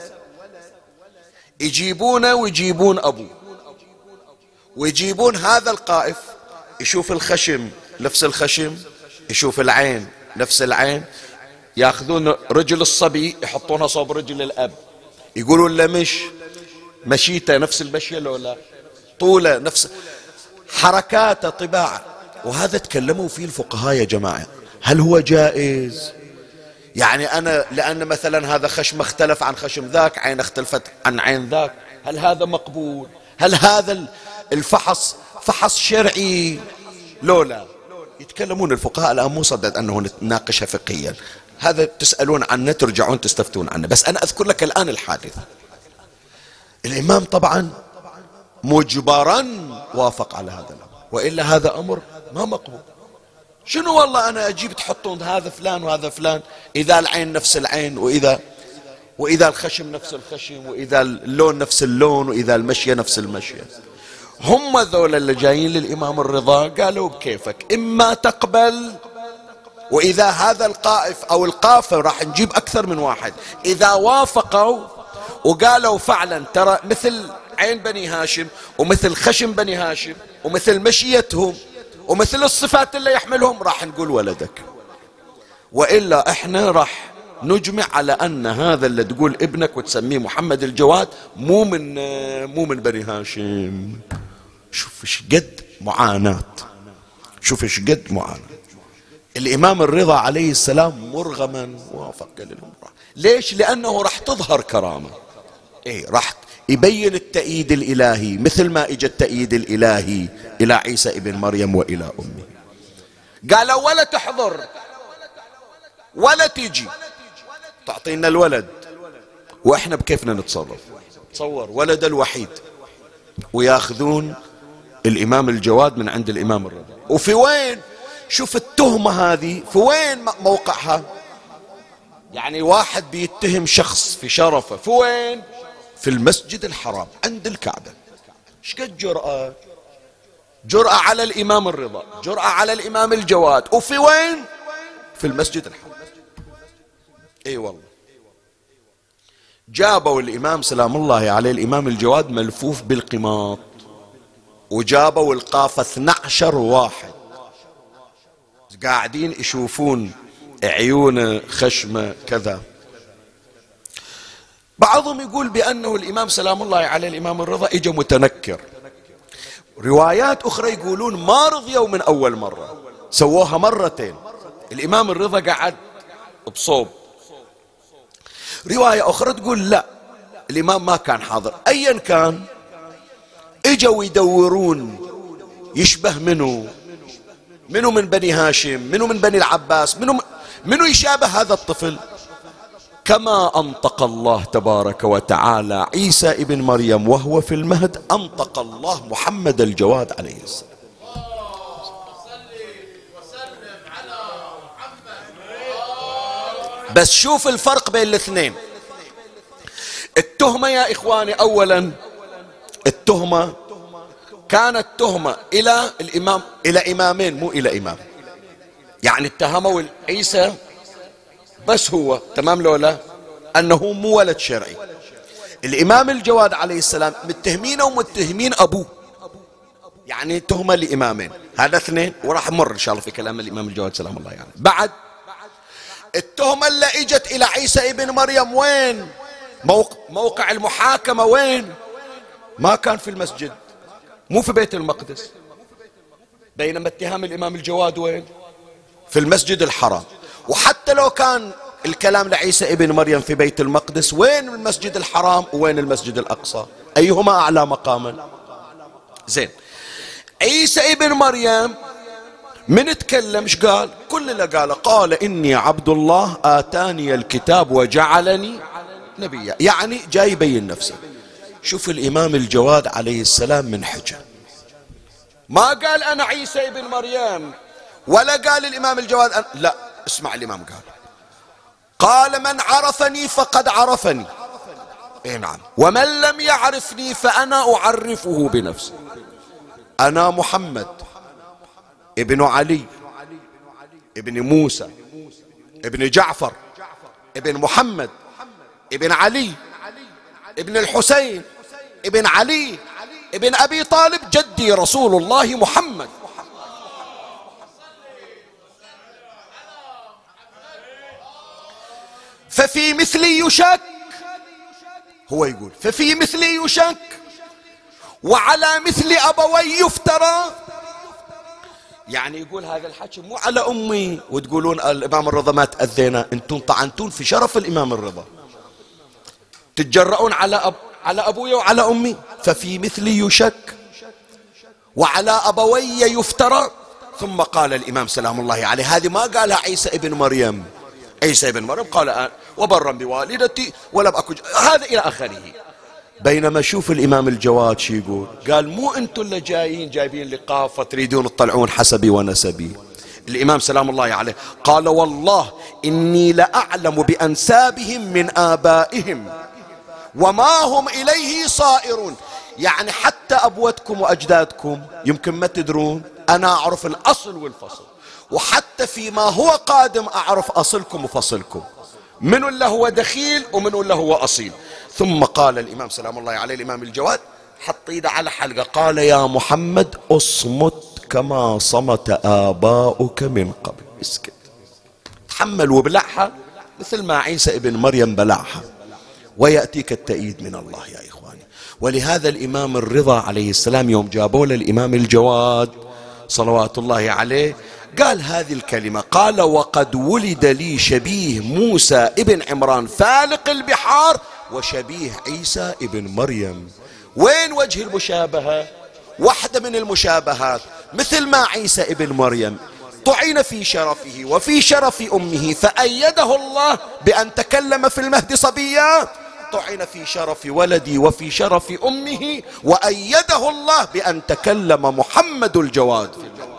يجيبونه ويجيبون أبوه، ويجيبون هذا القائف يشوف الخشم نفس الخشم، يشوف العين نفس العين، ياخذون رجل الصبي يحطونها صوب رجل الأب، يقولون له مشيته نفس المشية لو لا، طوله نفس حركاته، طباعه. وهذا تكلموا فيه الفقهاء يا جماعة، هل هو جائز؟ يعني أنا لأن مثلا هذا خشم اختلف عن خشم ذاك، عين اختلفت عن عين ذاك، هل هذا مقبول؟ هل هذا الفحص فحص شرعي لو لا؟ يتكلمون الفقهاء الآن، مو صدد أنه نناقشها فقهيا، هذا تسألون عنه، ترجعون تستفتون عنه، بس أنا أذكر لك الآن الحادثة. الإمام طبعا مجبرا وافق على هذا الأمر، وإلا هذا أمر ما مقبول. شنو والله أنا أجيب تحطون هذا فلان وهذا فلان، إذا العين نفس العين، وإذا الخشم نفس الخشم، وإذا اللون نفس اللون، وإذا المشية نفس المشية. هم ذول اللي جايين للإمام الرضا قالوا بكيفك، إما تقبل، وإذا هذا القائف أو القافة راح نجيب أكثر من واحد، إذا وافقوا وقالوا فعلا ترى مثل عين بني هاشم ومثل خشم بني هاشم ومثل مشيتهم ومثل الصفات اللي يحملهم، راح نقول ولدك. وإلا احنا راح نجمع على أن هذا اللي تقول ابنك وتسميه محمد الجواد مو من بني هاشم. شوف ايش قد معاناة، شوف ايش قد معاناة. الإمام الرضا عليه السلام مرغما وافق للأمر. ليش؟ لأنه راح تظهر كرامة، راح يبين التأييد الإلهي، مثل ما اجى التأييد الإلهي إلى عيسى ابن مريم وإلى أمه. قالوا ولا تحضر ولا تيجي تعطينا الولد، وإحنا بكيفنا نتصرف. تصور ولد الوحيد وياخذون الإمام الجواد من عند الإمام الرضا. وفي وين؟ شوف التهمة هذه في وين موقعها. يعني واحد بيتهم شخص في شرفه في وين؟ في المسجد الحرام عند الكعبة. شقد جرأة؟ جرأة على الإمام الرضا، جرأة على الإمام الجواد، وفي وين؟ في المسجد الحرام. اي والله. جابوا الإمام سلام الله عليه الإمام الجواد ملفوف بالقماط، وجابوا القافة 12 واحد قاعدين يشوفون عيونه خشمه كذا. بعضهم يقول بأنه الإمام سلام الله عليه الإمام الرضا اجى متنكر. روايات أخرى يقولون ما رضيوا من أول مرة، سووها مرتين. الإمام الرضا قعد بصوب. رواية أخرى تقول لا، الإمام ما كان حاضر. أيا كان اجوا يدورون يشبه منو من بني هاشم، منو من بني العباس، منو يشابه هذا الطفل. كما أنطق الله تبارك وتعالى عيسى ابن مريم وهو في المهد، أنطق الله محمد الجواد عليه السلام. بس شوف الفرق بين الاثنين. التهمة يا إخواني، أولا التهمة كانت تهمة إلى الإمام، إلى إمامين مو إلى إمام. يعني اتهموا عيسى بس هو، تمام لولا أنه مو ولد شرعي. الإمام الجواد عليه السلام متهمينه ومتهمين أبوه، يعني تهمة لإمامين. هذا اثنين، وراح مر إن شاء الله في كلام الإمام الجواد سلام الله يعني. بعد التهمة اللي اجت إلى عيسى ابن مريم وين؟ موقع المحاكمة وين؟ ما كان في المسجد، مو في بيت المقدس. بينما اتهام الإمام الجواد وين؟ في المسجد الحرام. وحتى لو كان الكلام لعيسى ابن مريم في بيت المقدس، وين المسجد الحرام وين المسجد الأقصى؟ أيهما أعلى مقاما؟ زين، عيسى ابن مريم من تكلم ايش قال؟ كل اللي قال إني عبد الله آتاني الكتاب وجعلني نبيا، يعني جاي يبين نفسه. شوف الإمام الجواد عليه السلام من حجة، ما قال أنا عيسى ابن مريم، ولا قال الإمام الجواد لا، اسمع الإمام قال من عرفني فقد عرفني، اي نعم، ومن لم يعرفني فأنا أعرفه بنفسي. أنا محمد ابن علي ابن موسى ابن جعفر ابن محمد ابن علي ابن الحسين ابن علي ابن أبي طالب، جدي رسول الله محمد. ففي مثلي يشك، هو يقول ففي مثلي يشك، وعلى مثل أبوي يفترى. يعني يقول هذا الحكي مو على أمي وتقولون الإمام الرضا ما تأذينا، أنتم طعنتون في شرف الإمام الرضا، تتجرؤون على أبوي وعلى أمي. ففي مثلي يشك وعلى أبوي يفترى. ثم قال الإمام سلام الله عليه، هذه ما قالها عيسى ابن مريم، عيسى ابن مريم قال وبرا بوالدتي ولم أكن، هذا إلى آخره. بينما شوف الإمام الجواد شي يقول، قال مو أنتم اللي جايبين لقافة تريدون تطلعون حسبي ونسبي. الإمام سلام الله عليه قال والله إني لأعلم بأنسابهم من آبائهم وما هم إليه صائرون. يعني حتى أبوتكم وأجدادكم يمكن ما تدرون، أنا أعرف الأصل والفصل، وحتى فيما هو قادم أعرف أصلكم وفصلكم، من اللي هو دخيل ومن اللي هو أصيل. ثم قال الإمام سلام الله عليه الإمام الجواد، حط يده على حلقة، قال يا محمد اصمت كما صمت آباؤك من قبل، اسكت، تحمل وبلعها مثل ما عيسى ابن مريم بلعها، ويأتيك التأييد من الله يا إخواني. ولهذا الإمام الرضا عليه السلام يوم جابوا للإمام الجواد صلوات الله عليه قال هذه الكلمة، قال وقد ولد لي شبيه موسى ابن عمران فالق البحار وشبيه عيسى ابن مريم. وين وجه المشابهة؟ واحدة من المشابهات مثل ما عيسى ابن مريم طعن في شرفه وفي شرف أمه فأيده الله بأن تكلم في المهد صبيا، طعن في شرف ولدي وفي شرف أمه، وأيده الله بأن تكلم محمد الجواد في الجواد.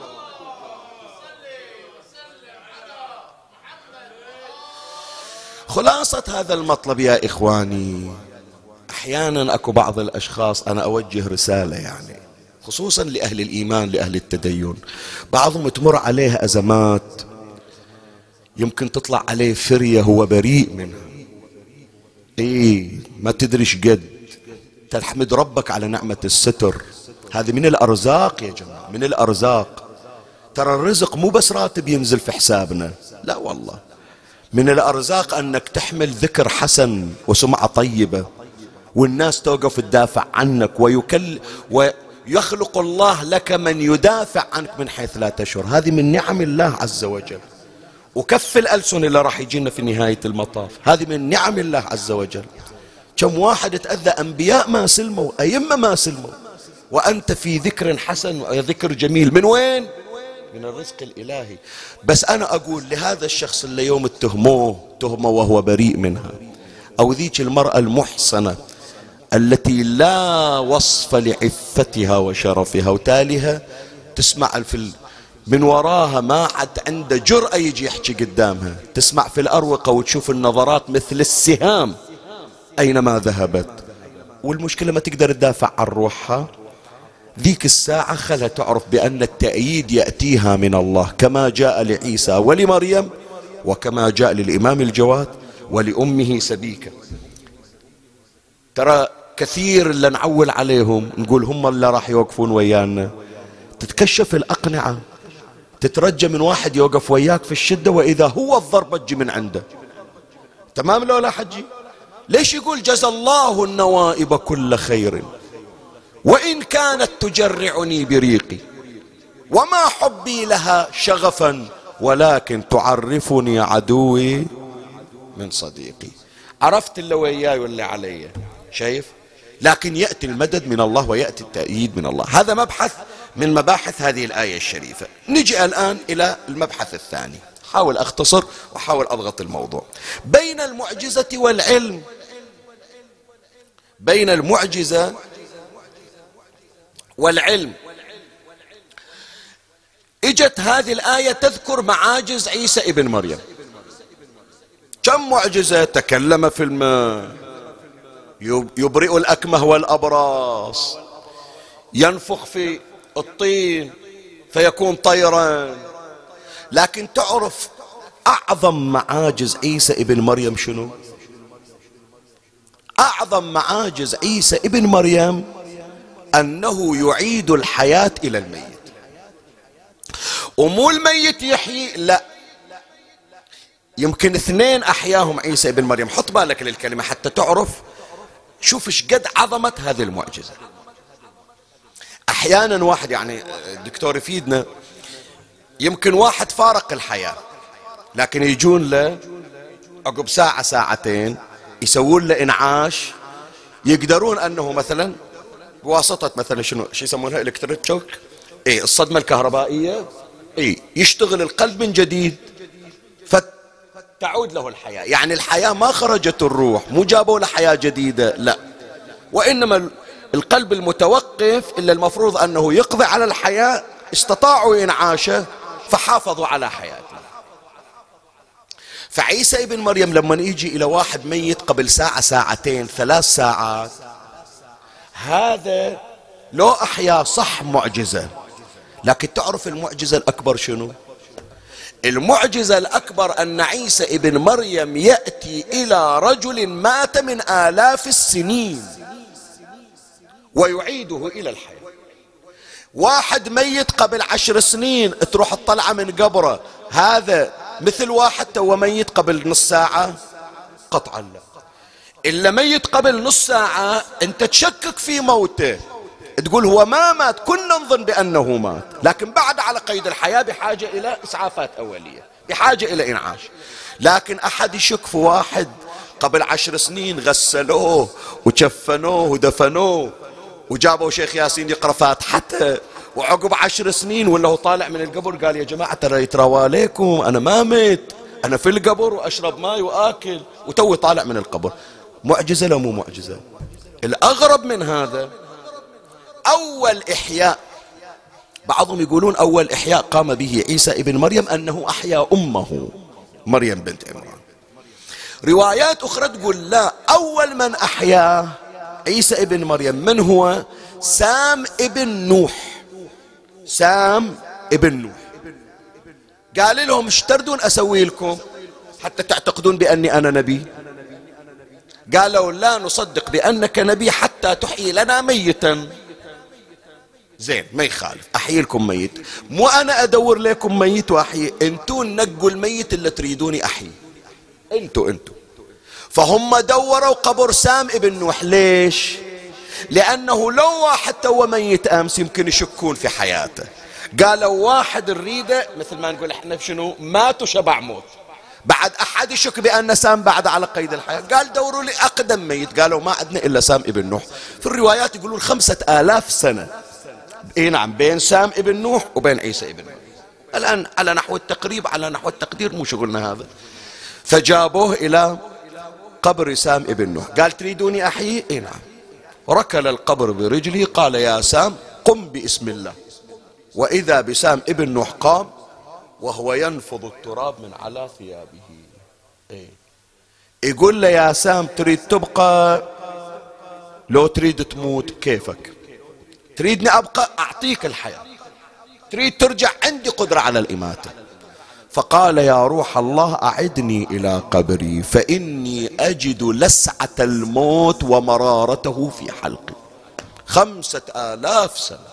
خلاصة هذا المطلب يا إخواني، أحيانا أكو بعض الأشخاص أنا أوجه رسالة يعني خصوصا لأهل الإيمان لأهل التدين، بعضهم تمر عليه أزمات يمكن تطلع عليه فرية هو بريء منها، ما تدري قد تحمد ربك على نعمة الستر. هذه من الأرزاق يا جماعة، من الأرزاق. ترى الرزق مو بس راتب ينزل في حسابنا، لا والله، من الأرزاق أنك تحمل ذكر حسن وسمعة طيبة، والناس توقف تدافع عنك، ويخلق الله لك من يدافع عنك من حيث لا تشعر. هذه من نعم الله عز وجل. وكف الألسن اللي راح يجينا في نهاية المطاف، هذه من نعم الله عز وجل. كم واحد تأذى، أنبياء ما سلموا، أئمة ما سلموا، وأنت في ذكر حسن وذكر جميل. من وين؟ من الرزق الإلهي. بس أنا أقول لهذا الشخص اللي يوم اتهموه تهمة وهو بريء منها، أو ذيك المرأة المحصنة التي لا وصف لعفتها وشرفها، وتاليها تسمع من وراها ما عاد عنده جرأة يجي يحكي قدامها، تسمع في الأروقة وتشوف النظرات مثل السهام أينما ذهبت، والمشكلة ما تقدر تدافع عن روحها. ذيك الساعة خلها تعرف بأن التأييد يأتيها من الله، كما جاء لعيسى ولمريم، وكما جاء للإمام الجواد ولأمه سبيكة. ترى كثير اللي نعول عليهم نقول هم اللي راح يوقفون ويانا، تتكشف الأقنعة، تترجى من واحد يوقف وياك في الشدة وإذا هو الضربة تجي من عنده. تمام لو لا حجي؟ ليش يقول جزى الله النوائب كل خير وإن كانت تجرعني بريقي وما حبي لها شغفا ولكن تعرفني عدوي من صديقي. عرفت اللي وياي واللي علي، شايف؟ لكن يأتي المدد من الله ويأتي التأييد من الله. هذا مبحث من مباحث هذه الآية الشريفة. نجي الآن إلى المبحث الثاني، حاول أختصر وحاول أضغط الموضوع. بين المعجزة والعلم، بين المعجزة والعلم، اجت هذه الآية تذكر معاجز عيسى ابن مريم. كم معجزة؟ تكلم في الماء، يبرئ الأكمه والأبراص، ينفخ في الطين فيكون طيرا. لكن تعرف أعظم معاجز عيسى ابن مريم شنو؟ أعظم معاجز عيسى ابن مريم أنه يعيد الحياة إلى الميت. ومو الميت يحيي، لا، يمكن اثنين أحياهم عيسى ابن مريم. حط بالك للكلمة حتى تعرف، شوف ايش قد عظمة هذه المعجزة. أحيانا واحد، يعني الدكتور يفيدنا، يمكن واحد فارق الحياة لكن يجون له عقب ساعة ساعتين يسوون له إنعاش، يقدرون أنه مثلا بواسطة مثلا شو يسمونها إلكتريك شوك، الصدمة الكهربائية، يشتغل القلب من جديد فتعود له الحياة. يعني الحياة ما خرجت الروح، مو جابوا له حياة جديدة، لا، وإنما القلب المتوقف اللي المفروض أنه يقضي على الحياة استطاعوا إنعاشه فحافظوا على حياته. فعيسى ابن مريم لما يجي إلى واحد ميت قبل ساعة ساعتين 3 ساعات، هذا لو أحيا صح معجزة. لكن تعرف المعجزة الأكبر شنو؟ المعجزة الأكبر أن عيسى ابن مريم يأتي إلى رجل مات من آلاف السنين ويعيده إلى الحياة. واحد ميت قبل 10 سنين تروح تطلعه من قبره، هذا مثل واحد تو ميت قبل نص ساعة؟ قطعا لا. إلا ميت قبل نص ساعة أنت تشكك في موته، تقول هو ما مات، كنا نظن بأنه مات، لكن بعد على قيد الحياة بحاجة إلى إسعافات أولية، بحاجة إلى إنعاش. لكن أحد يشك في واحد قبل 10 سنين غسلوه وكفنوه ودفنوه وجابوا شيخ ياسين يقرأ فاتحته، وعقب 10 سنين ولا هو طالع من القبر قال يا جماعة ترى يتراوى عليكم، أنا ما ميت، أنا في القبر وأشرب ماي وآكل وتوي طالع من القبر. معجزة لو مو معجزة؟ الأغرب من هذا أول إحياء، بعضهم يقولون أول إحياء قام به عيسى ابن مريم أنه أحيا أمه مريم بنت عمران. روايات أخرى تقول لا، أول من أحيا عيسى ابن مريم من هو؟ سام ابن نوح. سام ابن نوح قال لهم ايش تردون أسوي لكم حتى تعتقدون بأني أنا نبي؟ قالوا لا نصدق بأنك نبي حتى تحيي لنا ميتا. زين ما يخالف، أحيي لكم ميت، مو أنا أدور لكم ميت وأحيي، أنتوا نقوا الميت اللي تريدوني أحيي، أنتوا. فهم دوروا قبر سام ابن نوح. ليش؟ لأنه لو واحد تو ميت أمس يمكن يشكون في حياته. قالوا واحد نريده مثل ما نقول احنا شنو، مات وشبع موت، بعد أحد يشك بأن سام بعد على قيد الحياة، قال دوروا لي أقدم ميت. قالوا ما عندنا إلا سام ابن نوح. في الروايات يقولون 5000 سنة اي نعم بين سام ابن نوح وبين عيسى ابن مريم. الآن على نحو التقريب، على نحو التقدير، مو شغلنا هذا. فجابوه إلى قبر سام ابن نوح، قال تريدوني أحيي؟ اي نعم. ركل القبر برجلي، قال يا سام قم باسم الله. وإذا بسام ابن نوح قام وهو ينفض التراب من على ثيابه. إيه؟ يقول له يا سام تريد تبقى لو تريد تموت كيفك، تريدني أبقى أعطيك الحياة، تريد ترجع عندي قدرة على الإماتة. فقال يا روح الله أعدني إلى قبري فإني أجد لسعة الموت ومرارته في حلقي. 5000 سنة،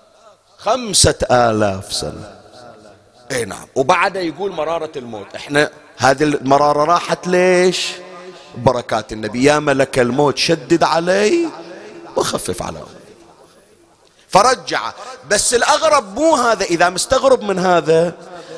5000 سنة. اي نعم. وبعد يقول مرارة الموت، احنا هذه المرارة راحت ليش؟ بركات النبي، يا ملك الموت شدد علي وخفف علي. فرجع. بس الأغرب مو هذا، إذا مستغرب من هذا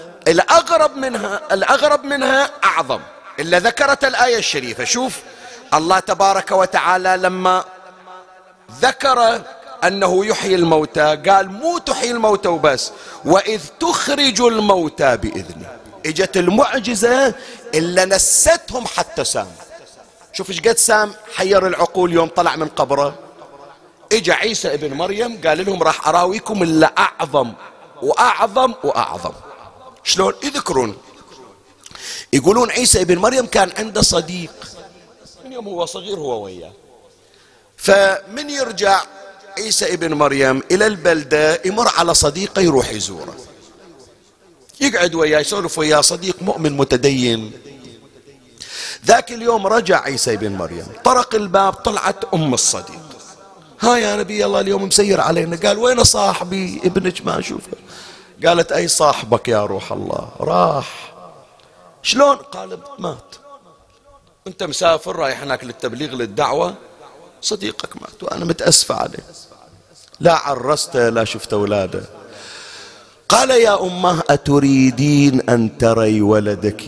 الأغرب منها أعظم إلا ذكرت الآية الشريفة. شوف الله تبارك وتعالى لما ذكر أنه يحيي الموتى قال مو تحيي الموتى وبس، وإذ تخرج الموتى بإذنه. اجت المعجزة إلا نستهم حتى سام. شوف ايش قد سام حير العقول يوم طلع من قبره. اجا عيسى ابن مريم قال لهم راح أراويكم إلا أعظم وأعظم وأعظم. شلون؟ يذكرون يقولون عيسى ابن مريم كان عنده صديق من يوم هو صغير هو وياه، فمن يرجع عيسى ابن مريم إلى البلدة يمر على صديقه يروح يزوره، يقعد وياه يسولف وياه، صديق مؤمن متدين. ذاك اليوم رجع عيسى ابن مريم، طرق الباب، طلعت أم الصديق. ها يا نبي الله اليوم مسير علينا. قال وين صاحبي ابنك ما أشوفه؟ قالت أي صاحبك يا روح الله؟ راح. شلون؟ قال مات. أنت مسافر رايح هناك للتبليغ للدعوة، صديقك مات وأنا متأسفة عليه، لا عرسته لا شفت أولاده. قال يا أمه أتريدين أن تري ولدك؟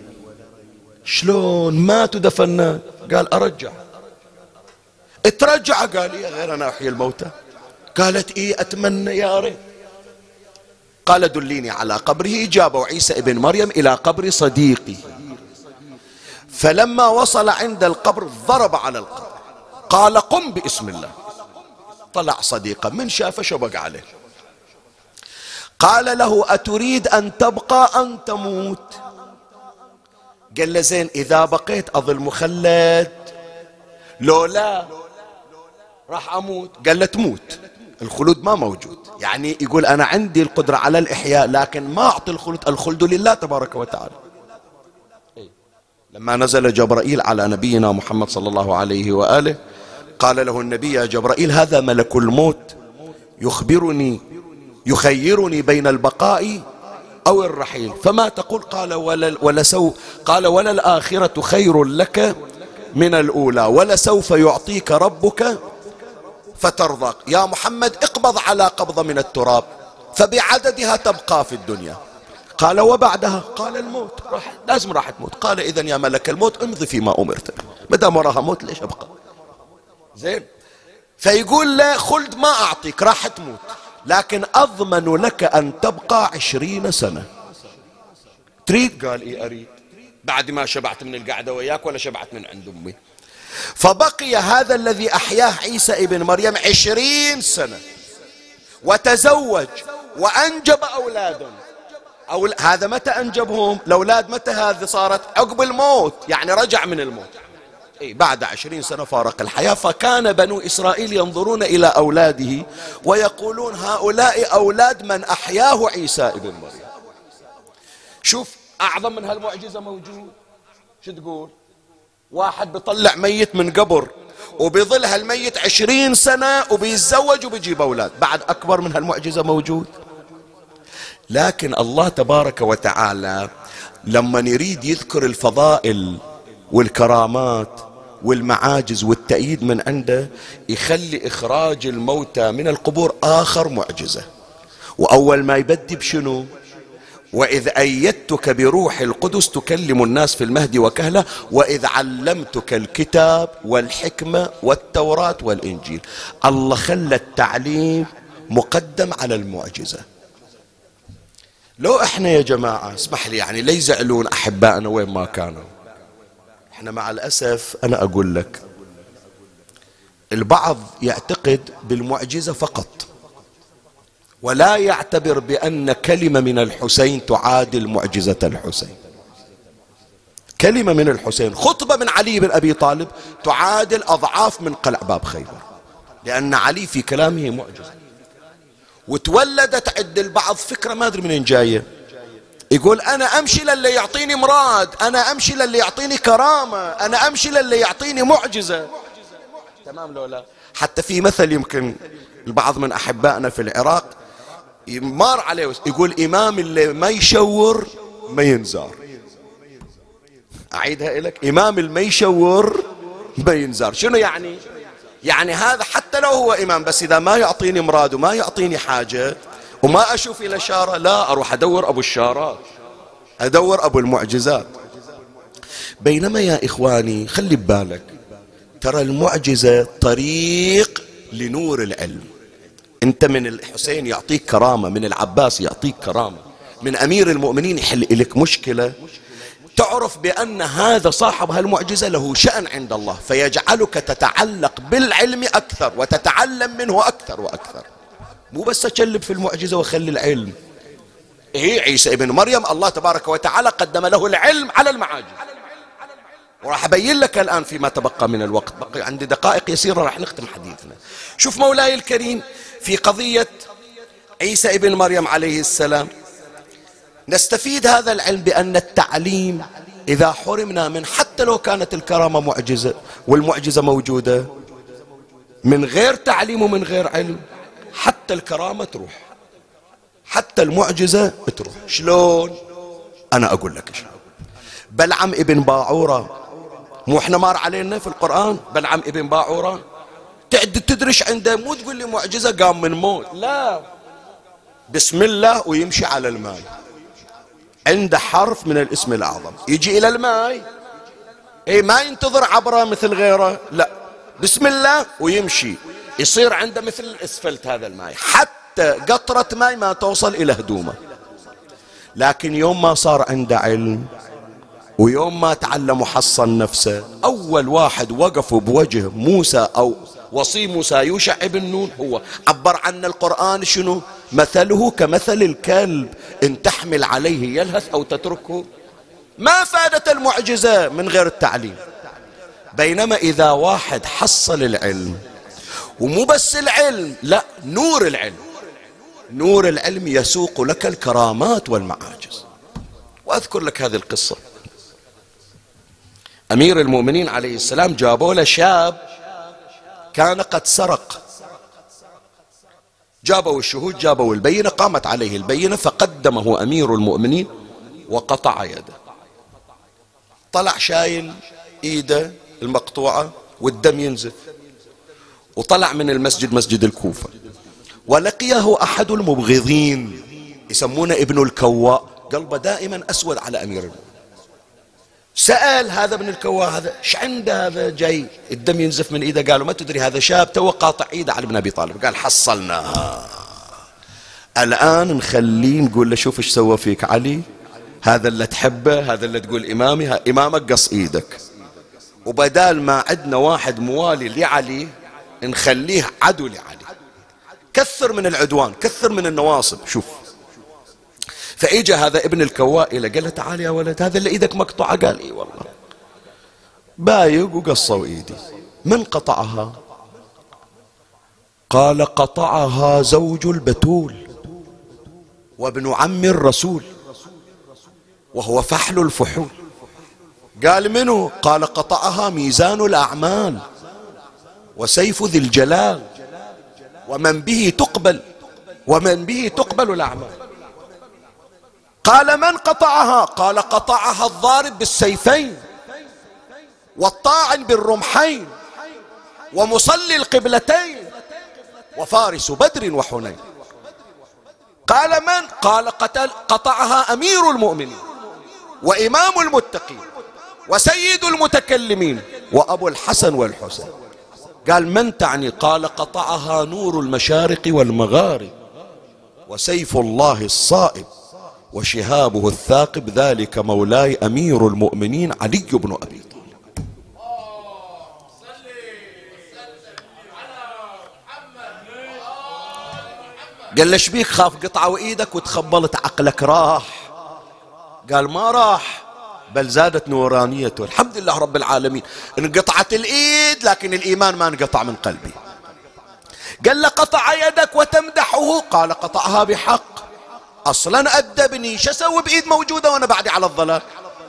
شلون مات ودفناه؟ قال أرجع. اترجع. قال إيه غير أنا أحيي الموتى؟ قالت إيه أتمنى يا ريت. قال دليني على قبره. جابوا عيسى ابن مريم إلى قبر صديقه، فلما وصل عند القبر ضرب على القبر، قال قم باسم الله. طلع صديقه من شافه شبق عليه، قال له أتريد أن تبقى أن تموت؟ قال له زين إذا بقيت أظل مخلد، لو لا راح أموت. قال له تموت، الخلود ما موجود. يعني يقول أنا عندي القدرة على الإحياء لكن ما أعطي الخلود، الخلد لله تبارك وتعالى. لما نزل جبرائيل على نبينا محمد صلى الله عليه وآله قال له النبي يا جبرائيل هذا ملك الموت يخبرني يخيرني بين البقاء أو الرحيل، فما تقول؟ قال ولا الآخرة خير لك من الأولى ولسوف يعطيك ربك فترضى. يا محمد اقبض على قبضة من التراب فبعددها تبقى في الدنيا. قال وبعدها؟ قال الموت، لازم راح تموت. قال إذن يا ملك الموت امضي فيما أمرت به، ما دام وراها موت ليش أبقى؟ زين. فيقول له خلد ما أعطيك، راح تموت، لكن أضمن لك أن تبقى 20 سنة. تريد؟ قال إيه أريد، بعد ما شبعت من القعدة وياك ولا شبعت من عند أمي. فبقي هذا الذي أحياه عيسى ابن مريم 20 سنة، وتزوج وأنجب أولادا. هذا متى أنجبهم؟ الأولاد متى هذه صارت؟ عقب الموت، يعني رجع من الموت، بعد 20 سنة فارق الحياة. فكان بنو إسرائيل ينظرون إلى أولاده ويقولون هؤلاء أولاد من أحياه عيسى ابن مريم. شوف أعظم من هالمعجزة موجود. شو تقول؟ واحد بيطلع ميت من قبر وبيظل هالميت 20 سنة وبيتزوج وبيجيب أولاد، بعد أكبر من هالمعجزة موجود؟ لكن الله تبارك وتعالى لما يريد يذكر الفضائل والكرامات والمعاجز والتأييد من عنده، يخلي إخراج الموتى من القبور آخر معجزة. وأول ما يبدي بشنو؟ وإذ أيدتك بروح القدس تكلم الناس في المهد وكهلة وإذ علمتك الكتاب والحكمة والتوراة والإنجيل. الله خلى التعليم مقدم على المعجزة. لو احنا يا جماعة اسمح لي يعني لا يزعلون أحبائنا وين ما كانوا، احنا مع الأسف أنا أقول لك البعض يعتقد بالمعجزة فقط ولا يعتبر بأن كلمة من الحسين تعادل معجزة الحسين. كلمة من الحسين، خطبة من علي بن أبي طالب تعادل أضعاف من قلع باب خيبر، لأن علي في كلامه معجزة. وتولدت عند البعض فكرة ما أدري منين جاية، يقول أنا أمشي للي يعطيني مراد، أنا أمشي للي يعطيني كرامة، أنا أمشي للي يعطيني معجزة. تمام لو لا؟ حتى في مثل يمكن البعض من أحبائنا في العراق مار عليه يقول إمام اللي ما يشور ما ينزار. أعيدها لك، إمام اللي ما يشور ما ينزار. شنو يعني؟ يعني هذا حتى لو هو إمام بس إذا ما يعطيني مراد وما يعطيني حاجة وما أشوف إلى شارة، لا أروح أدور أبو الشارات، أدور أبو المعجزات. بينما يا إخواني خلي ببالك ترى المعجزة طريق لنور العلم. أنت من الحسين يعطيك كرامة، من العباس يعطيك كرامة، من أمير المؤمنين يحل لك مشكلة، تعرف بأن هذا صاحب هالمعجزة له شأن عند الله فيجعلك تتعلق بالعلم أكثر وتتعلم منه أكثر وأكثر. مو بس أشلب في المعجزة وخلي العلم. عيسى ابن مريم الله تبارك وتعالى قدم له العلم على المعاجز، وراح أبين لك الآن فيما تبقى من الوقت، بقي عندي دقائق يسيرة راح نختم حديثنا. شوف مولاي الكريم في قضية عيسى ابن مريم عليه السلام نستفيد هذا العلم بأن التعليم إذا حرمنا من، حتى لو كانت الكرامة معجزة والمعجزة موجودة، من غير تعليم ومن غير علم حتى الكرامة تروح، حتى المعجزة تروح. شلون؟ أنا أقول لك شلون. بلعم ابن باعورة، مو احنا مار علينا في القرآن بلعم ابن باعورة، تدرش عنده، مو تقول لي معجزة قام من موت، لا، بسم الله ويمشي على الماء، عنده حرف من الاسم الأعظم، يجي إلى الماء ما ينتظر عبره مثل غيره، لا، بسم الله ويمشي، يصير عنده مثل الاسفلت هذا الماء، حتى قطرة ماء ما توصل إلى هدومه. لكن يوم ما صار عنده علم ويوم ما تعلم وحصن نفسه، أول واحد وقفوا بوجه موسى أو وصي موسى يوشع ابن نون، هو عبر عن القرآن شنو؟ مثله كمثل الكلب إن تحمل عليه يلهث أو تتركه. ما فادت المعجزة من غير التعليم. بينما إذا واحد حصل العلم، ومو بس العلم، لا، نور العلم، نور العلم يسوق لك الكرامات والمعاجز. وأذكر لك هذه القصة. أمير المؤمنين عليه السلام جابوا له شاب كان قد سرق، جابوا الشهود، جابوا البينة، قامت عليه البينة، فقدمه أمير المؤمنين وقطع يده. طلع شايل إيده المقطوعة والدم ينزف، وطلع من المسجد، مسجد الكوفة، ولقيه أحد المبغضين يسمونه ابن الكواء، قلبه دائما أسود على أمير المؤمنين. سأل هذا ابن الكواء هذا ايش عنده، هذا جاي الدم ينزف من ايده، قالوا ما تدري هذا شاب تو قاطع ايده على ابن ابي طالب. قال حصلناها، الان نخليه نقول له شوف ايش سوى فيك علي، هذا اللي تحبه، هذا اللي تقول امامي، امامك قص ايدك. وبدال ما عندنا واحد موالي لعلي نخليه عدو لعلي. كثر من العدوان، كثر من النواصب. شوف، فإجا هذا ابن الكوائل قال له تعال يا ولد، هذا اللي ايدك مقطوعة. قال اي والله. بايق وقصوا ايدي. من قطعها؟ قال قطعها زوج البتول وابن عم الرسول وهو فحل الفحول. قال منه؟ قال قطعها ميزان الأعمال وسيف ذي الجلال ومن به تقبل الأعمال. قال من قطعها؟ قال قطعها الضارب بالسيفين والطاعن بالرمحين ومصلي القبلتين وفارس بدر وحنين. قال من؟ قال قطعها أمير المؤمنين وإمام المتقين وسيد المتكلمين وأبو الحسن والحسين. قال من تعني؟ قال قطعها نور المشارق والمغارب وسيف الله الصائب وشهابه الثاقب، ذلك مولاي أمير المؤمنين علي بن أبي طالب. قال له شبيك خاف قطعوا ايدك وتخبلت عقلك راح؟ قال ما راح، بل زادت نورانيته. الحمد لله رب العالمين، انقطعت الايد لكن الايمان ما انقطع من قلبي. قال له قطع يدك وتمدحه؟ قال قطعها بحق، اصلا ادبني، شو اسوي بايد موجوده وانا بعدي على الضلال؟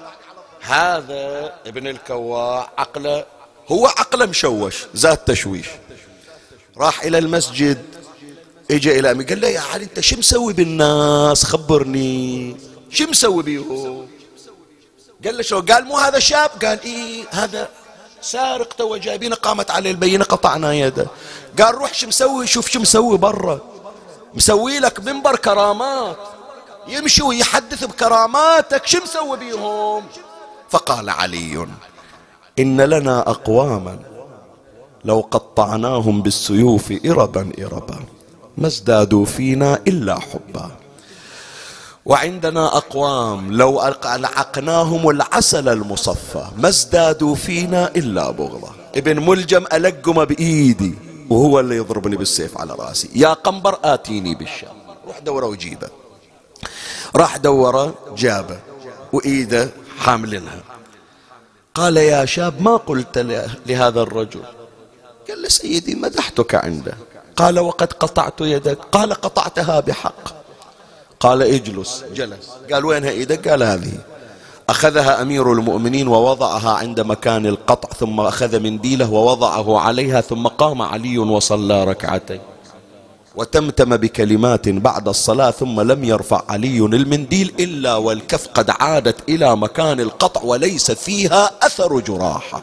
هذا ابن الكواع عقله، هو عقله مشوش، زاد تشويش. راح الى المسجد، اجى الى امي قال له يا علي انت شو مسوي بالناس؟ خبرني شو مسوي بيهم؟ قال له شو؟ قال مو هذا شاب؟ قال ايه هذا سارق تو جايبينه، قامت عليه البينه قطعنا يده. قال روح شو مسوي، شوف شو مسوي برا، مسوي لك منبر كرامات يمشي ويحدث بكراماتك، شو مسوي بيهم؟ فقال علي إن لنا أقواما لو قطعناهم بالسيوف إربا إربا ما ازدادوا فينا إلا حبا، وعندنا أقوام لو ألعقناهم العسل المصفى ما ازدادوا فينا إلا بغضا. ابن ملجم ألقم بإيدي وهو اللي يضربني بالسيف على راسي. يا قنبر آتيني بالشام، روح دوره وجيبه. راح دوره جابه وإيده حاملينها. قال يا شاب ما قلت لهذا الرجل؟ قال له سيدي مدحتك عنده. قال وقد قطعت يدك؟ قال قطعتها بحق. قال اجلس. جلس. قال وينها ايدك؟ قال هذه. اخذها امير المؤمنين ووضعها عند مكان القطع، ثم اخذ منديله ووضعه عليها، ثم قام علي وصلى ركعتين وتمتم بكلمات بعد الصلاة، ثم لم يرفع علي المنديل إلا والكف قد عادت إلى مكان القطع وليس فيها أثر جراحة.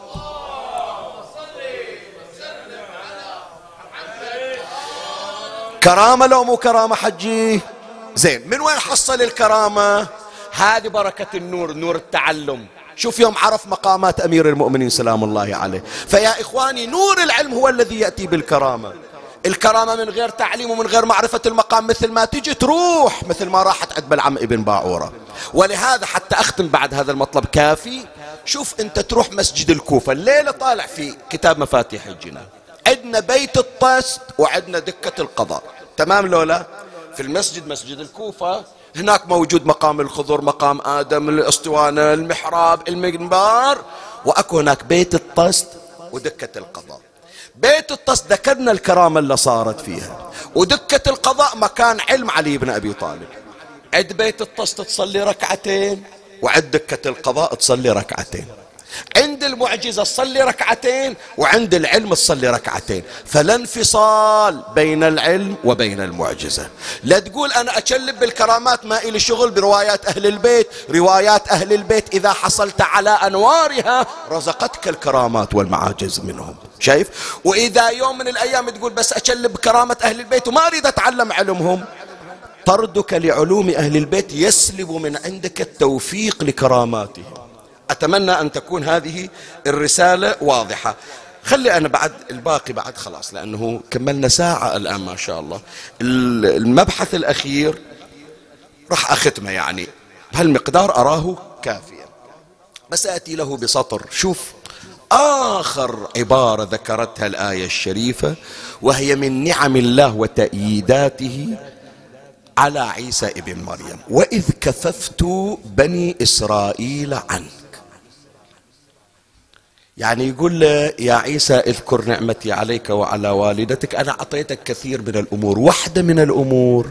كرامة لو مو كرامة حجي؟ زين، من وين حصل الكرامة؟ هذه بركة النور، نور التعلم. شوف يوم عرف مقامات أمير المؤمنين سلام الله عليه. فيا إخواني نور العلم هو الذي يأتي بالكرامة. الكرامة من غير تعليم ومن غير معرفة المقام مثل ما تجي تروح، مثل ما راحت عند بلعم ابن باعورة. ولهذا حتى أختم بعد هذا المطلب كافي. شوف أنت تروح مسجد الكوفة الليلة، طالع في كتاب مفاتيح الجنان، عندنا بيت الطست وعندنا دكة القضاء، تمام لولا؟ في المسجد مسجد الكوفة هناك موجود مقام الخضر، مقام آدم، الأسطوانة، المحراب، المنبر، وأكو هناك بيت الطست ودكة القضاء. بيت الطست ذكرنا الكرامة اللي صارت فيها، ودكة القضاء مكان علم علي بن أبي طالب. عند بيت الطست تصلي ركعتين، وعند دكة القضاء تصلي ركعتين. عند المعجزة تصلي ركعتين، وعند العلم تصلي ركعتين. فلا انفصال بين العلم وبين المعجزة. لا تقول أنا أشلب بالكرامات ما إلي شغل بروايات أهل البيت. روايات أهل البيت إذا حصلت على أنوارها رزقتك الكرامات والمعاجز منهم. شايف؟ وإذا يوم من الأيام تقول بس أشلب كرامة أهل البيت وما أريد أتعلم علمهم، طردك لعلوم أهل البيت يسلب من عندك التوفيق لكراماتهم. أتمنى أن تكون هذه الرسالة واضحة. خلي أنا بعد الباقي بعد خلاص، لأنه كملنا ساعة الآن ما شاء الله. المبحث الأخير راح أختمه يعني بهالمقدار، أراه كافيا، بس أتي له بسطر. شوف آخر عبارة ذكرتها الآية الشريفة، وهي من نعم الله وتأييداته على عيسى ابن مريم: وإذ كففت بني إسرائيل عنك. يعني يقول له يا عيسى اذكر نعمتي عليك وعلى والدتك، أنا أعطيتك كثير من الأمور. واحدة من الأمور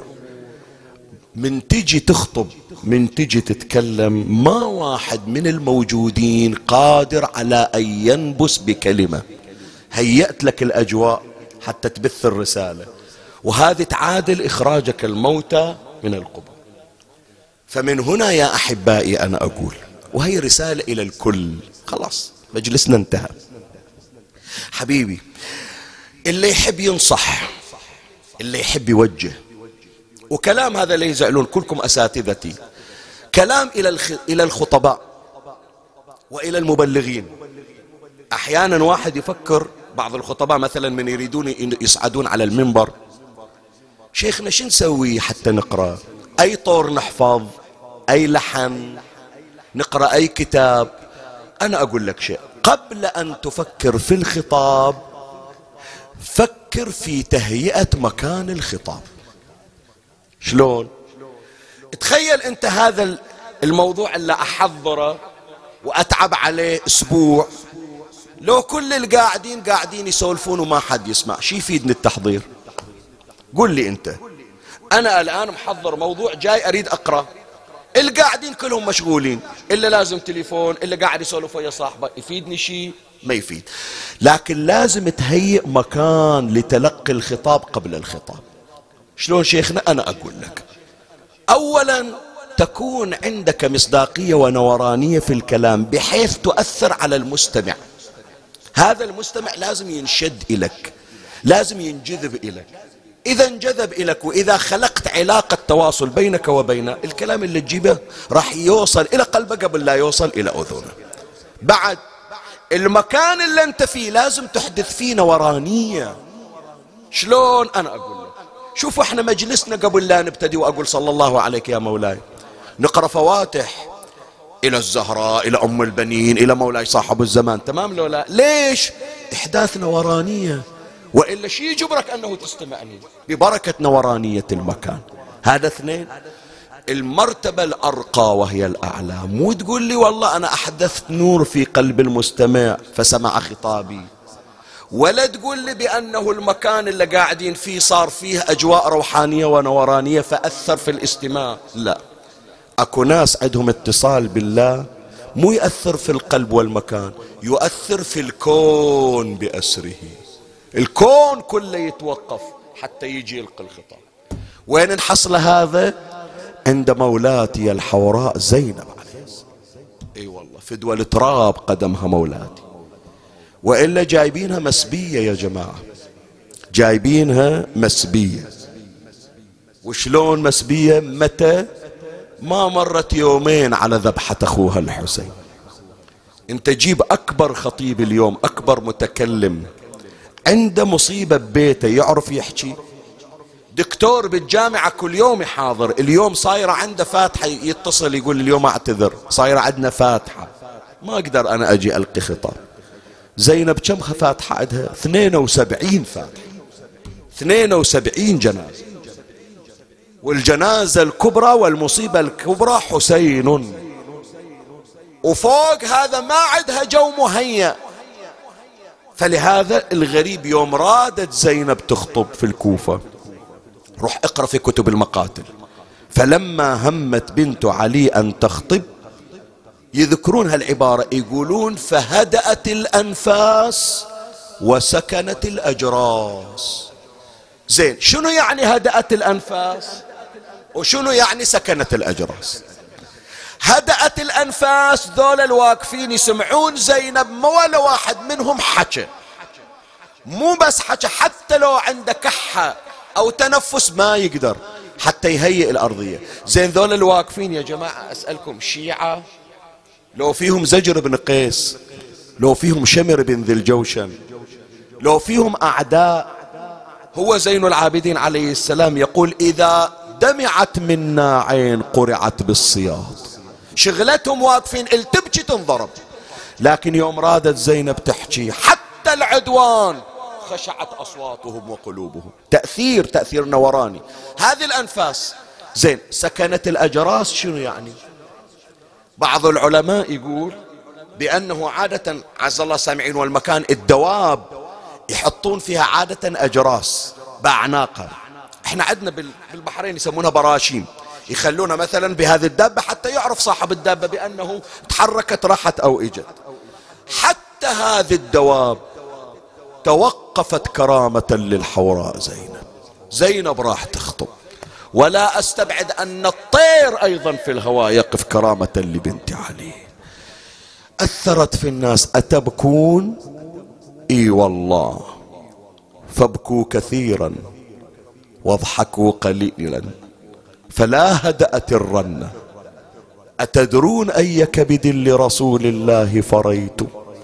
من تجي تخطب، من تجي تتكلم، ما واحد من الموجودين قادر على أن ينبس بكلمة. هيأت لك الأجواء حتى تبث الرسالة، وهذه تعادل إخراجك الموتى من القبور. فمن هنا يا أحبائي أنا أقول، وهي رسالة إلى الكل، خلاص مجلسنا انتهى. حبيبي، اللي يحب ينصح، اللي يحب يوجه، وكلام هذا لا يزعلون، كلكم أساتذتي، كلام إلى الخطباء وإلى المبلغين. أحيانا واحد يفكر، بعض الخطباء مثلا من يريدون يصعدون على المنبر: شيخنا شو نسوي حتى نقرأ؟ أي طور نحفظ؟ أي لحن؟ نقرأ أي كتاب؟ أنا أقول لك شيء، قبل أن تفكر في الخطاب فكر في تهيئة مكان الخطاب. شلون؟ تخيل أنت هذا الموضوع اللي أحضره وأتعب عليه أسبوع، لو كل قاعدين يسولفون وما حد يسمع، شي يفيدني التحضير؟ قل لي أنت. أنا الآن محضر موضوع جاي أريد أقرأ، القاعدين كلهم مشغولين، إلا لازم تليفون، إلا قاعد يسولف ويا صاحبه، يفيدني شيء؟ ما يفيد. لكن لازم تهيئ مكان لتلقي الخطاب قبل الخطاب. شلون شيخنا؟ أنا أقول لك، أولا تكون عندك مصداقية ونورانية في الكلام بحيث تؤثر على المستمع. هذا المستمع لازم ينشد إليك، لازم ينجذب إليك. إذا انجذب إليك وإذا خلقت علاقة تواصل بينك وبينه، الكلام اللي تجيبه راح يوصل إلى قلبه قبل لا يوصل إلى أذنه. بعد، المكان اللي أنت فيه لازم تحدث فيه نورانية. شلون؟ أنا أقول لك، شوفوا احنا مجلسنا قبل لا نبتدي وأقول صلى الله عليك يا مولاي، نقرأ فواتح إلى الزهراء، إلى أم البنين، إلى مولاي صاحب الزمان، تمام لو لا؟ ليش؟ إحداث نورانية، وإلا شيء يجبرك أنه تستمعني ببركة نورانية المكان. هذا اثنين. المرتبة الأرقى وهي الأعلى، مو تقول لي والله أنا أحدثت نور في قلب المستمع فسمع خطابي، ولا تقول لي بأنه المكان اللي قاعدين فيه صار فيه أجواء روحانية ونورانية فأثر في الاستماع. لا، أكو ناس عندهم اتصال بالله مو يأثر في القلب والمكان، يؤثر في الكون بأسره. الكون كله يتوقف حتى يجي يلقي الخطاب. وين نحصل هذا؟ عند مولاتي الحوراء زينب عليه السلام. اي والله، فدوى تراب قدمها مولاتي، وإلا جايبينها مسبية يا جماعة، جايبينها مسبية. وشلون مسبية؟ متى؟ ما مرت يومين على ذبحة أخوها الحسين. انت جيب أكبر خطيب اليوم، أكبر متكلم، عنده مصيبة ببيته يعرف يحكي؟ دكتور بالجامعة كل يوم يحاضر، اليوم صايرة عنده فاتحة، يتصل يقول اليوم أعتذر صايرة عندنا فاتحة، ما أقدر أنا أجي ألقي خطاب. زينب كم فاتحة عندها؟ 72 فاتحة، 72 جنازة، والجنازة الكبرى والمصيبة الكبرى حسين، وفوق هذا ما عندها جو مهيأ. فلهذا الغريب يوم رادت زينب تخطب في الكوفة، روح اقرأ في كتب المقاتل، فلما همت بنت علي أن تخطب يذكرون هالعبارة، يقولون فهدأت الأنفاس وسكنت الأجراس. زين، شنو يعني هدأت الأنفاس وشنو يعني سكنت الأجراس؟ هدأت الأنفاس، ذول الواقفين يسمعون زينب، ما ولا واحد منهم حكى، مو بس حكى، حتى لو عنده كحة أو تنفس ما يقدر حتى يهيئ الأرضية. زين، ذول الواقفين يا جماعة أسألكم، شيعة لو فيهم زجر بن قيس، لو فيهم شمر بن ذي الجوشن، لو فيهم أعداء، هو زين العابدين عليه السلام يقول إذا دمعت منا عين قرعت بالصياط. شغلتهم واقفين، التبكي تنضرب، لكن يوم رادت زينب تحكي حتى العدوان خشعت أصواتهم وقلوبهم. تأثير نوراني. هذه الأنفاس. زين، سكنت الأجراس شنو يعني؟ بعض العلماء يقول بأنه عادة، عز الله سامعين، والمكان الدواب يحطون فيها عادة أجراس بأعناقها. احنا عندنا بالبحرين يسمونها براشيم، يخلونها مثلا بهذه الدابة حتى يعرف صاحب الدابة بأنه تحركت، راحت أو إجت. حتى هذه الدواب توقفت كرامة للحوراء زينب راح تخطب، ولا أستبعد أن الطير أيضا في الهواء يقف كرامة لبنت علي. أثرت في الناس. أتبكون؟ إي والله، فابكوا كثيرا واضحكوا قليلا، فلا هدأت الرنة. أتدرون أي كبد لرسول الله فريت،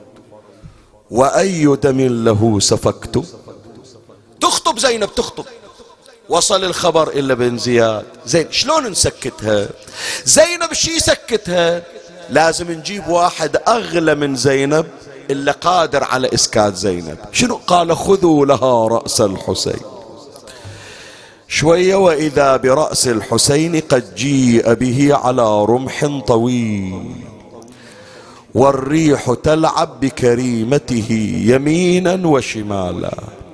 وأي دم له سفكت. تخطب زينب، تخطب. وصل الخبر إلا بن زياد. زين، شلون نسكتها؟ زينب شي سكتها؟ لازم نجيب واحد أغلى من زينب إلا قادر على إسكات زينب. شنو قال؟ خذوا لها رأس الحسين. شوية وإذا برأس الحسين قد جيء به على رمح طويل، والريح تلعب بكريمته يمينا وشمالا.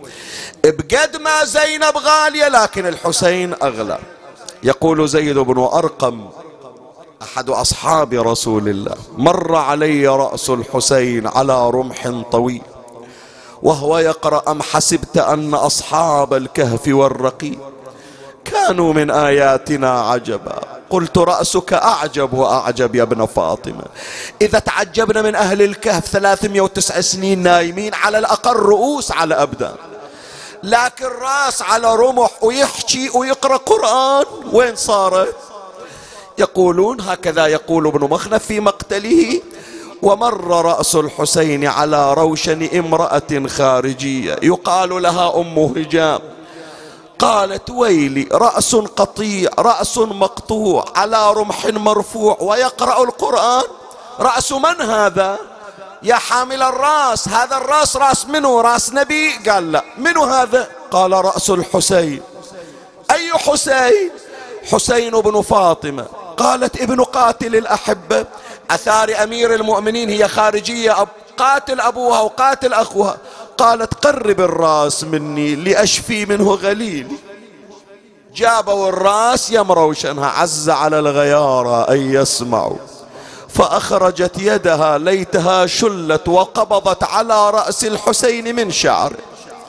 بقد ما زينب غالية لكن الحسين أغلى. يقول زيد بن أرقم أحد أصحاب رسول الله: مر علي رأس الحسين على رمح طويل وهو يقرأ: أم حسبت أن أصحاب الكهف والرقيم كانوا من آياتنا عجبا. قلت: رأسك أعجب وأعجب يا ابن فاطمة. إذا تعجبنا من أهل الكهف 309 سنين نايمين، على الأقل رؤوس على أبدان، لكن راس على رمح ويحكي ويقرأ قرآن وين صارت؟ يقولون هكذا يقول ابن مخنف في مقتله: ومر رأس الحسين على روشن امرأة خارجية يقال لها أم هجام، قالت: ويلي، رأس قطيع، رأس مقطوع على رمح مرفوع ويقرأ القرآن. رأس من هذا يا حامل الرأس؟ هذا الرأس رأس منه؟ رأس نبي؟ قال لا. منه هذا؟ قال: رأس الحسين. أي حسين؟ حسين بن فاطمة. قالت: ابن قاتل الأحبة، أثار أمير المؤمنين، هي خارجية، قاتل أبوها وقاتل أخوها. قالت: قرب الرأس مني لأشفي منه غليلي. جابوا الرأس يمروشنها، عز على الغيارى أن يسمعوا، فأخرجت يدها ليتها شلت وقبضت على رأس الحسين من شعره،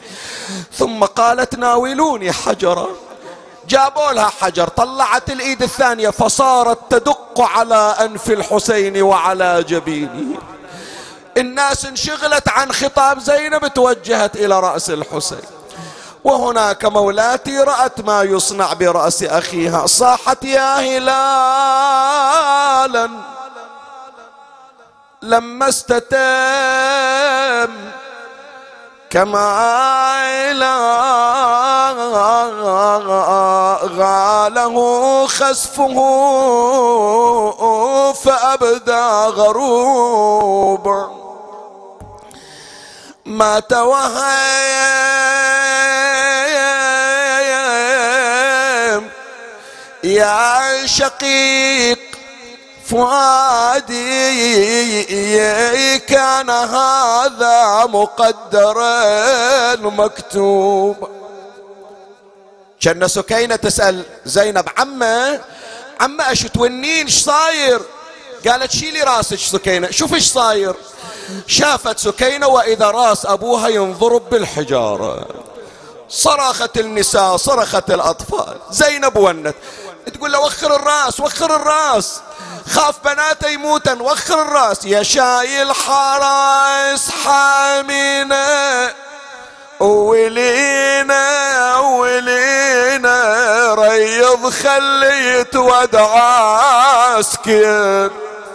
ثم قالت: ناولوني حجرا. جابوا لها حجر، طلعت الإيد الثانية فصارت تدق على أنف الحسين وعلى جبينه. الناس انشغلت عن خطاب زينب، توجهت إلى رأس الحسين. وهناك مولاتي رأت ما يصنع برأس أخيها، صاحت: يا هلالا لما استتم كما غاله خسفه فأبدى غروبا، ما توهم يا شقيق فؤادي، كان هذا مقدرا مكتوب. كان سكينة تسأل زينب: عمه ايش تونين، ايش صاير؟ قالت: شيلي راسك سكينة، شوف ايش صاير. شافت سكينة وإذا راس أبوها ينضرب بالحجارة. صرخت النساء، صرخت الأطفال. زينب ونت، تقول له: وخر الراس، وخر الراس، خاف بناته يموتن، وخر الراس. يا شايل حراس حامينا ولينا ريض خليت ودع اسكن.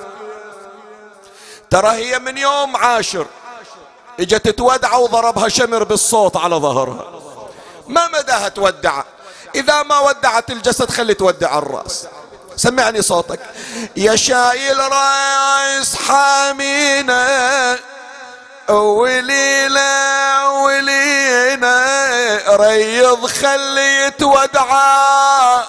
ترى هي من يوم عاشر اجت تودع وضربها شمر بالصوت على ظهرها، ما مداها تودع. اذا ما ودعت الجسد خلي تودع الراس. سمعني صوتك. يا شايل رايس حامينا ولينا ولينا ريض خليت ودعا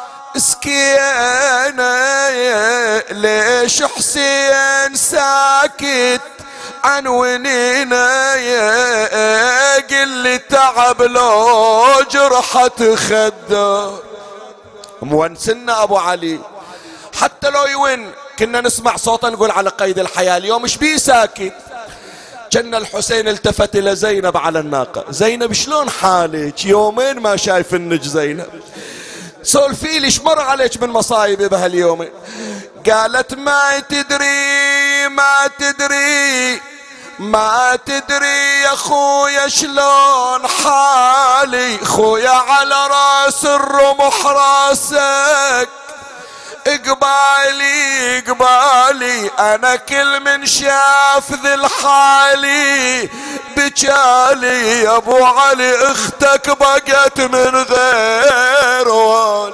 سكينا ليش حسين ساكت عن ونينا قل لي تعب لو جرحت خده. مونسنا ابو علي حتى لو يون كنا نسمع صوته نقول على قيد الحياة. اليوم ايش بيه ساكت؟ كان الحسين التفت الى زينب على الناقة. زينب شلون حالك؟ يومين ما شايفنك زينب، سولفي لي شمر عليك من مصايب بهاليومين. قالت ما تدري ما تدري ما تدري يا خويا شلون حالي، خويا على راس الرمح راسك اقبالي اقبالي، انا كل من شاف ذي الحالي بجالي. يا ابو علي اختك بقت من ذيروان.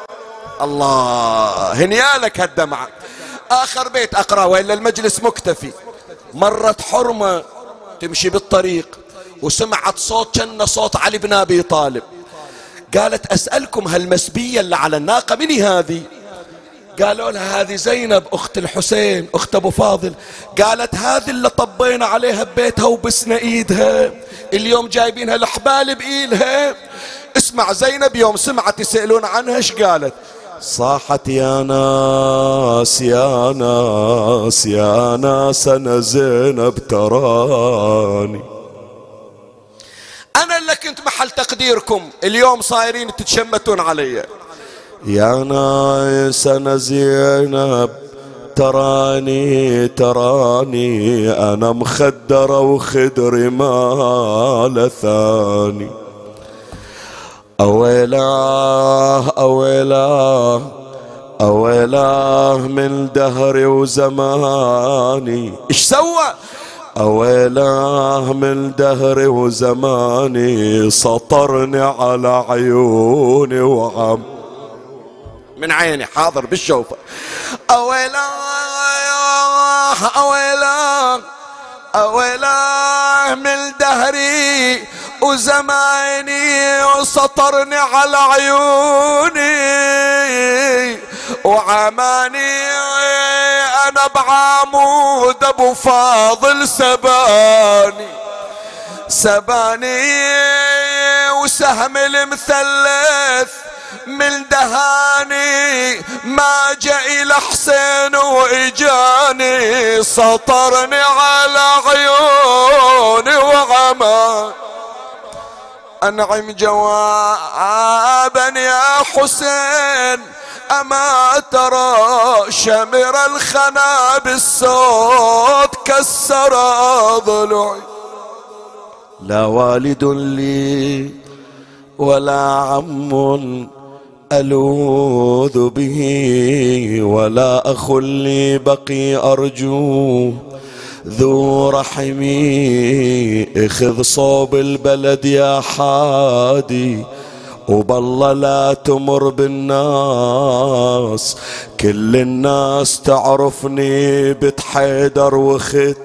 الله هنيالك هالدمعة. اخر بيت اقرا والا المجلس مكتفي. مرت حرمة تمشي بالطريق وسمعت صوت كان صوت علي بن ابي طالب. قالت اسألكم هالمسبية اللي على الناقة مني هذه؟ قالوا لها هذه زينب اخت الحسين اخت ابو فاضل. قالت هذه اللي طبينا عليها ببيتها وبسنا ايدها، اليوم جايبينها الحبال بايلها. اسمع زينب يوم سمعت يسألون عنها ايش قالت؟ صاحت يا ناس يا ناس يا ناس انا زينب تراني. انا اللي كنت محل تقديركم اليوم صايرين تتشمتون علي. يا ناس انا زينب تراني تراني انا مخدرة وخدري ما لثاني. اويلاه اويلاه اويلاه من دهري وزماني. ايش سوى؟ اويلاه من دهري وزماني سطرني على عيوني وعم من عيني حاضر بالشوفة. اويلاه اويلاه اويلاه من دهري وزماني وسطرني على عيوني وعماني. انا بعمود ابو فاضل سباني سباني وسهم المثلث من دهاني ما جاء الى حسين واجاني سطرني على عيوني وعمان. انعم جوابا يا حسين اما ترى شمر الخنا بالصوت كسر ضلعي. لا والد لي ولا عم ألوذ به ولا أخ لي بقي أرجو ذو رحمي. اخذ صوب البلد يا حادي وبالله لا تمر بالناس، كل الناس تعرفني بنت حيدر وخت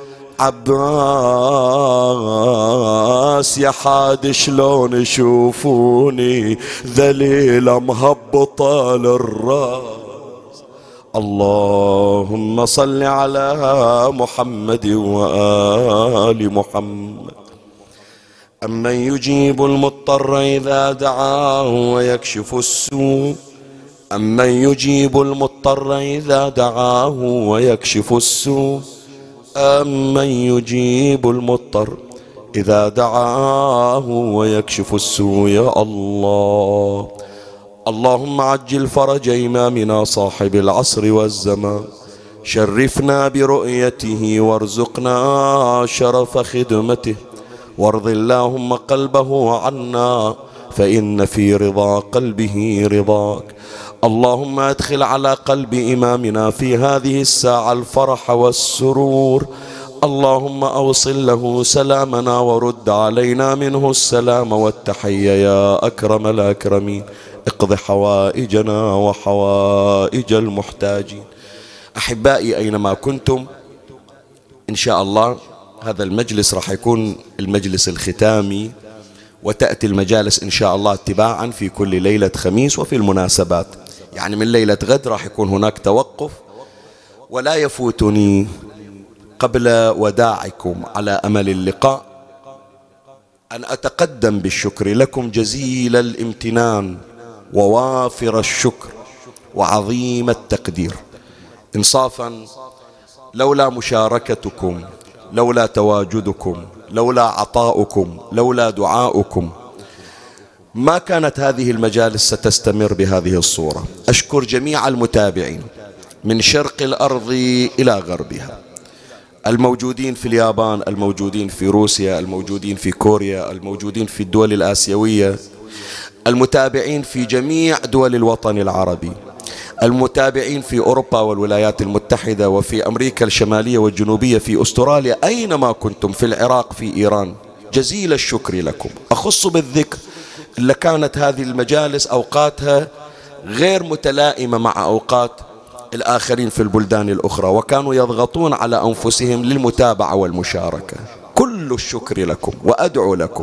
عباس. يا حاد شلون يشوفوني ذليلة مهبطة للراس. اللهم صل على محمد وآل محمد. أمن يجيب المضطر إذا دعاه ويكشف السوء. أمن يجيب المضطر إذا دعاه ويكشف السوء. أمن يجيب المضطر إذا دعاه ويكشف السوء. يا الله اللهم عجل فرج إمامنا صاحب العصر والزمان، شرفنا برؤيته وارزقنا شرف خدمته، وارض اللهم قلبه عنا فإن في رضا قلبه رضاك. اللهم ادخل على قلب إمامنا في هذه الساعة الفرح والسرور. اللهم أوصل له سلامنا ورد علينا منه السلام والتحية يا أكرم الأكرمين. اقض حوائجنا وحوائج المحتاجين. أحبائي أينما كنتم، إن شاء الله هذا المجلس راح يكون المجلس الختامي، وتأتي المجالس إن شاء الله اتباعا في كل ليلة خميس وفي المناسبات. يعني من ليلة غد راح يكون هناك توقف، ولا يفوتني قبل وداعكم على أمل اللقاء أن أتقدم بالشكر لكم جزيل الامتنان ووافر الشكر وعظيم التقدير. إنصافا لولا مشاركتكم، لولا تواجدكم، لولا عطاؤكم، لولا دعاؤكم، ما كانت هذه المجالس ستستمر بهذه الصورة. أشكر جميع المتابعين من شرق الأرض إلى غربها، الموجودين في اليابان، الموجودين في روسيا، الموجودين في كوريا، الموجودين في الدول الآسيوية، المتابعين في جميع دول الوطن العربي، المتابعين في أوروبا والولايات المتحدة وفي أمريكا الشمالية والجنوبية، في أستراليا، أينما كنتم، في العراق، في إيران. جزيل الشكر لكم. أخص بالذكر اللي كانت هذه المجالس أوقاتها غير متلائمة مع أوقات الآخرين في البلدان الأخرى، وكانوا يضغطون على أنفسهم للمتابعة والمشاركة. كل الشكر لكم وأدعو لكم.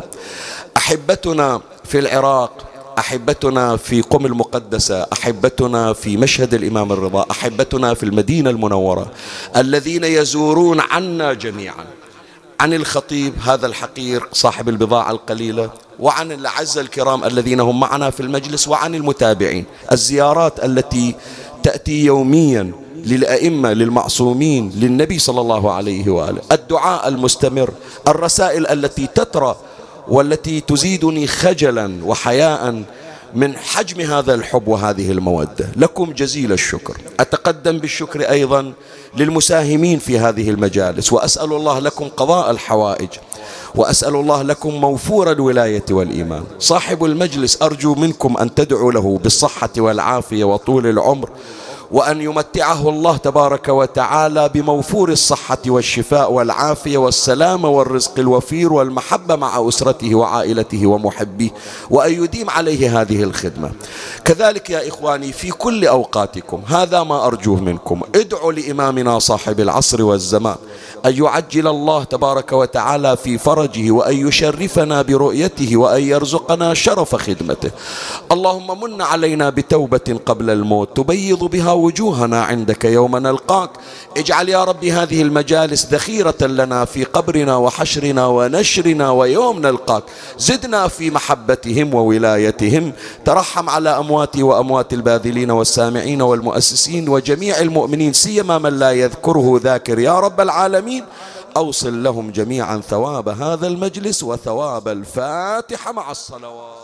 أحبتنا في العراق، أحبتنا في قم المقدسة، أحبتنا في مشهد الإمام الرضا، أحبتنا في المدينة المنورة، الذين يزورون عنا جميعا، عن الخطيب هذا الحقير صاحب البضاعة القليلة، وعن الأعزة الكرام الذين هم معنا في المجلس، وعن المتابعين. الزيارات التي تأتي يوميا للأئمة، للمعصومين، للنبي صلى الله عليه وآله، الدعاء المستمر، الرسائل التي تترى والتي تزيدني خجلا وحياء من حجم هذا الحب وهذه المودة. لكم جزيل الشكر. أتقدم بالشكر أيضا للمساهمين في هذه المجالس، وأسأل الله لكم قضاء الحوائج، وأسأل الله لكم موفور الولاية والإيمان. صاحب المجلس أرجو منكم أن تدعوا له بالصحة والعافية وطول العمر، وأن يمتعه الله تبارك وتعالى بموفور الصحة والشفاء والعافية والسلامة والرزق الوفير والمحبة مع أسرته وعائلته ومحبيه، وأن يديم عليه هذه الخدمة. كذلك يا إخواني في كل أوقاتكم، هذا ما أرجوه منكم. ادعوا لإمامنا صاحب العصر والزمان أن يعجل الله تبارك وتعالى في فرجه، وأن يشرفنا برؤيته، وأن يرزقنا شرف خدمته. اللهم من علينا بتوبة قبل الموت تبيض بها وجوهنا عندك يوم نلقاك. اجعل يا رب هذه المجالس ذخيرة لنا في قبرنا وحشرنا ونشرنا ويوم نلقاك. زدنا في محبتهم وولايتهم. ترحم على أمواتي وأموات الباذلين والسامعين والمؤسسين وجميع المؤمنين، سيما من لا يذكره ذاكر يا رب العالمين. أوصل لهم جميعا ثواب هذا المجلس وثواب الفاتحة مع الصلوات.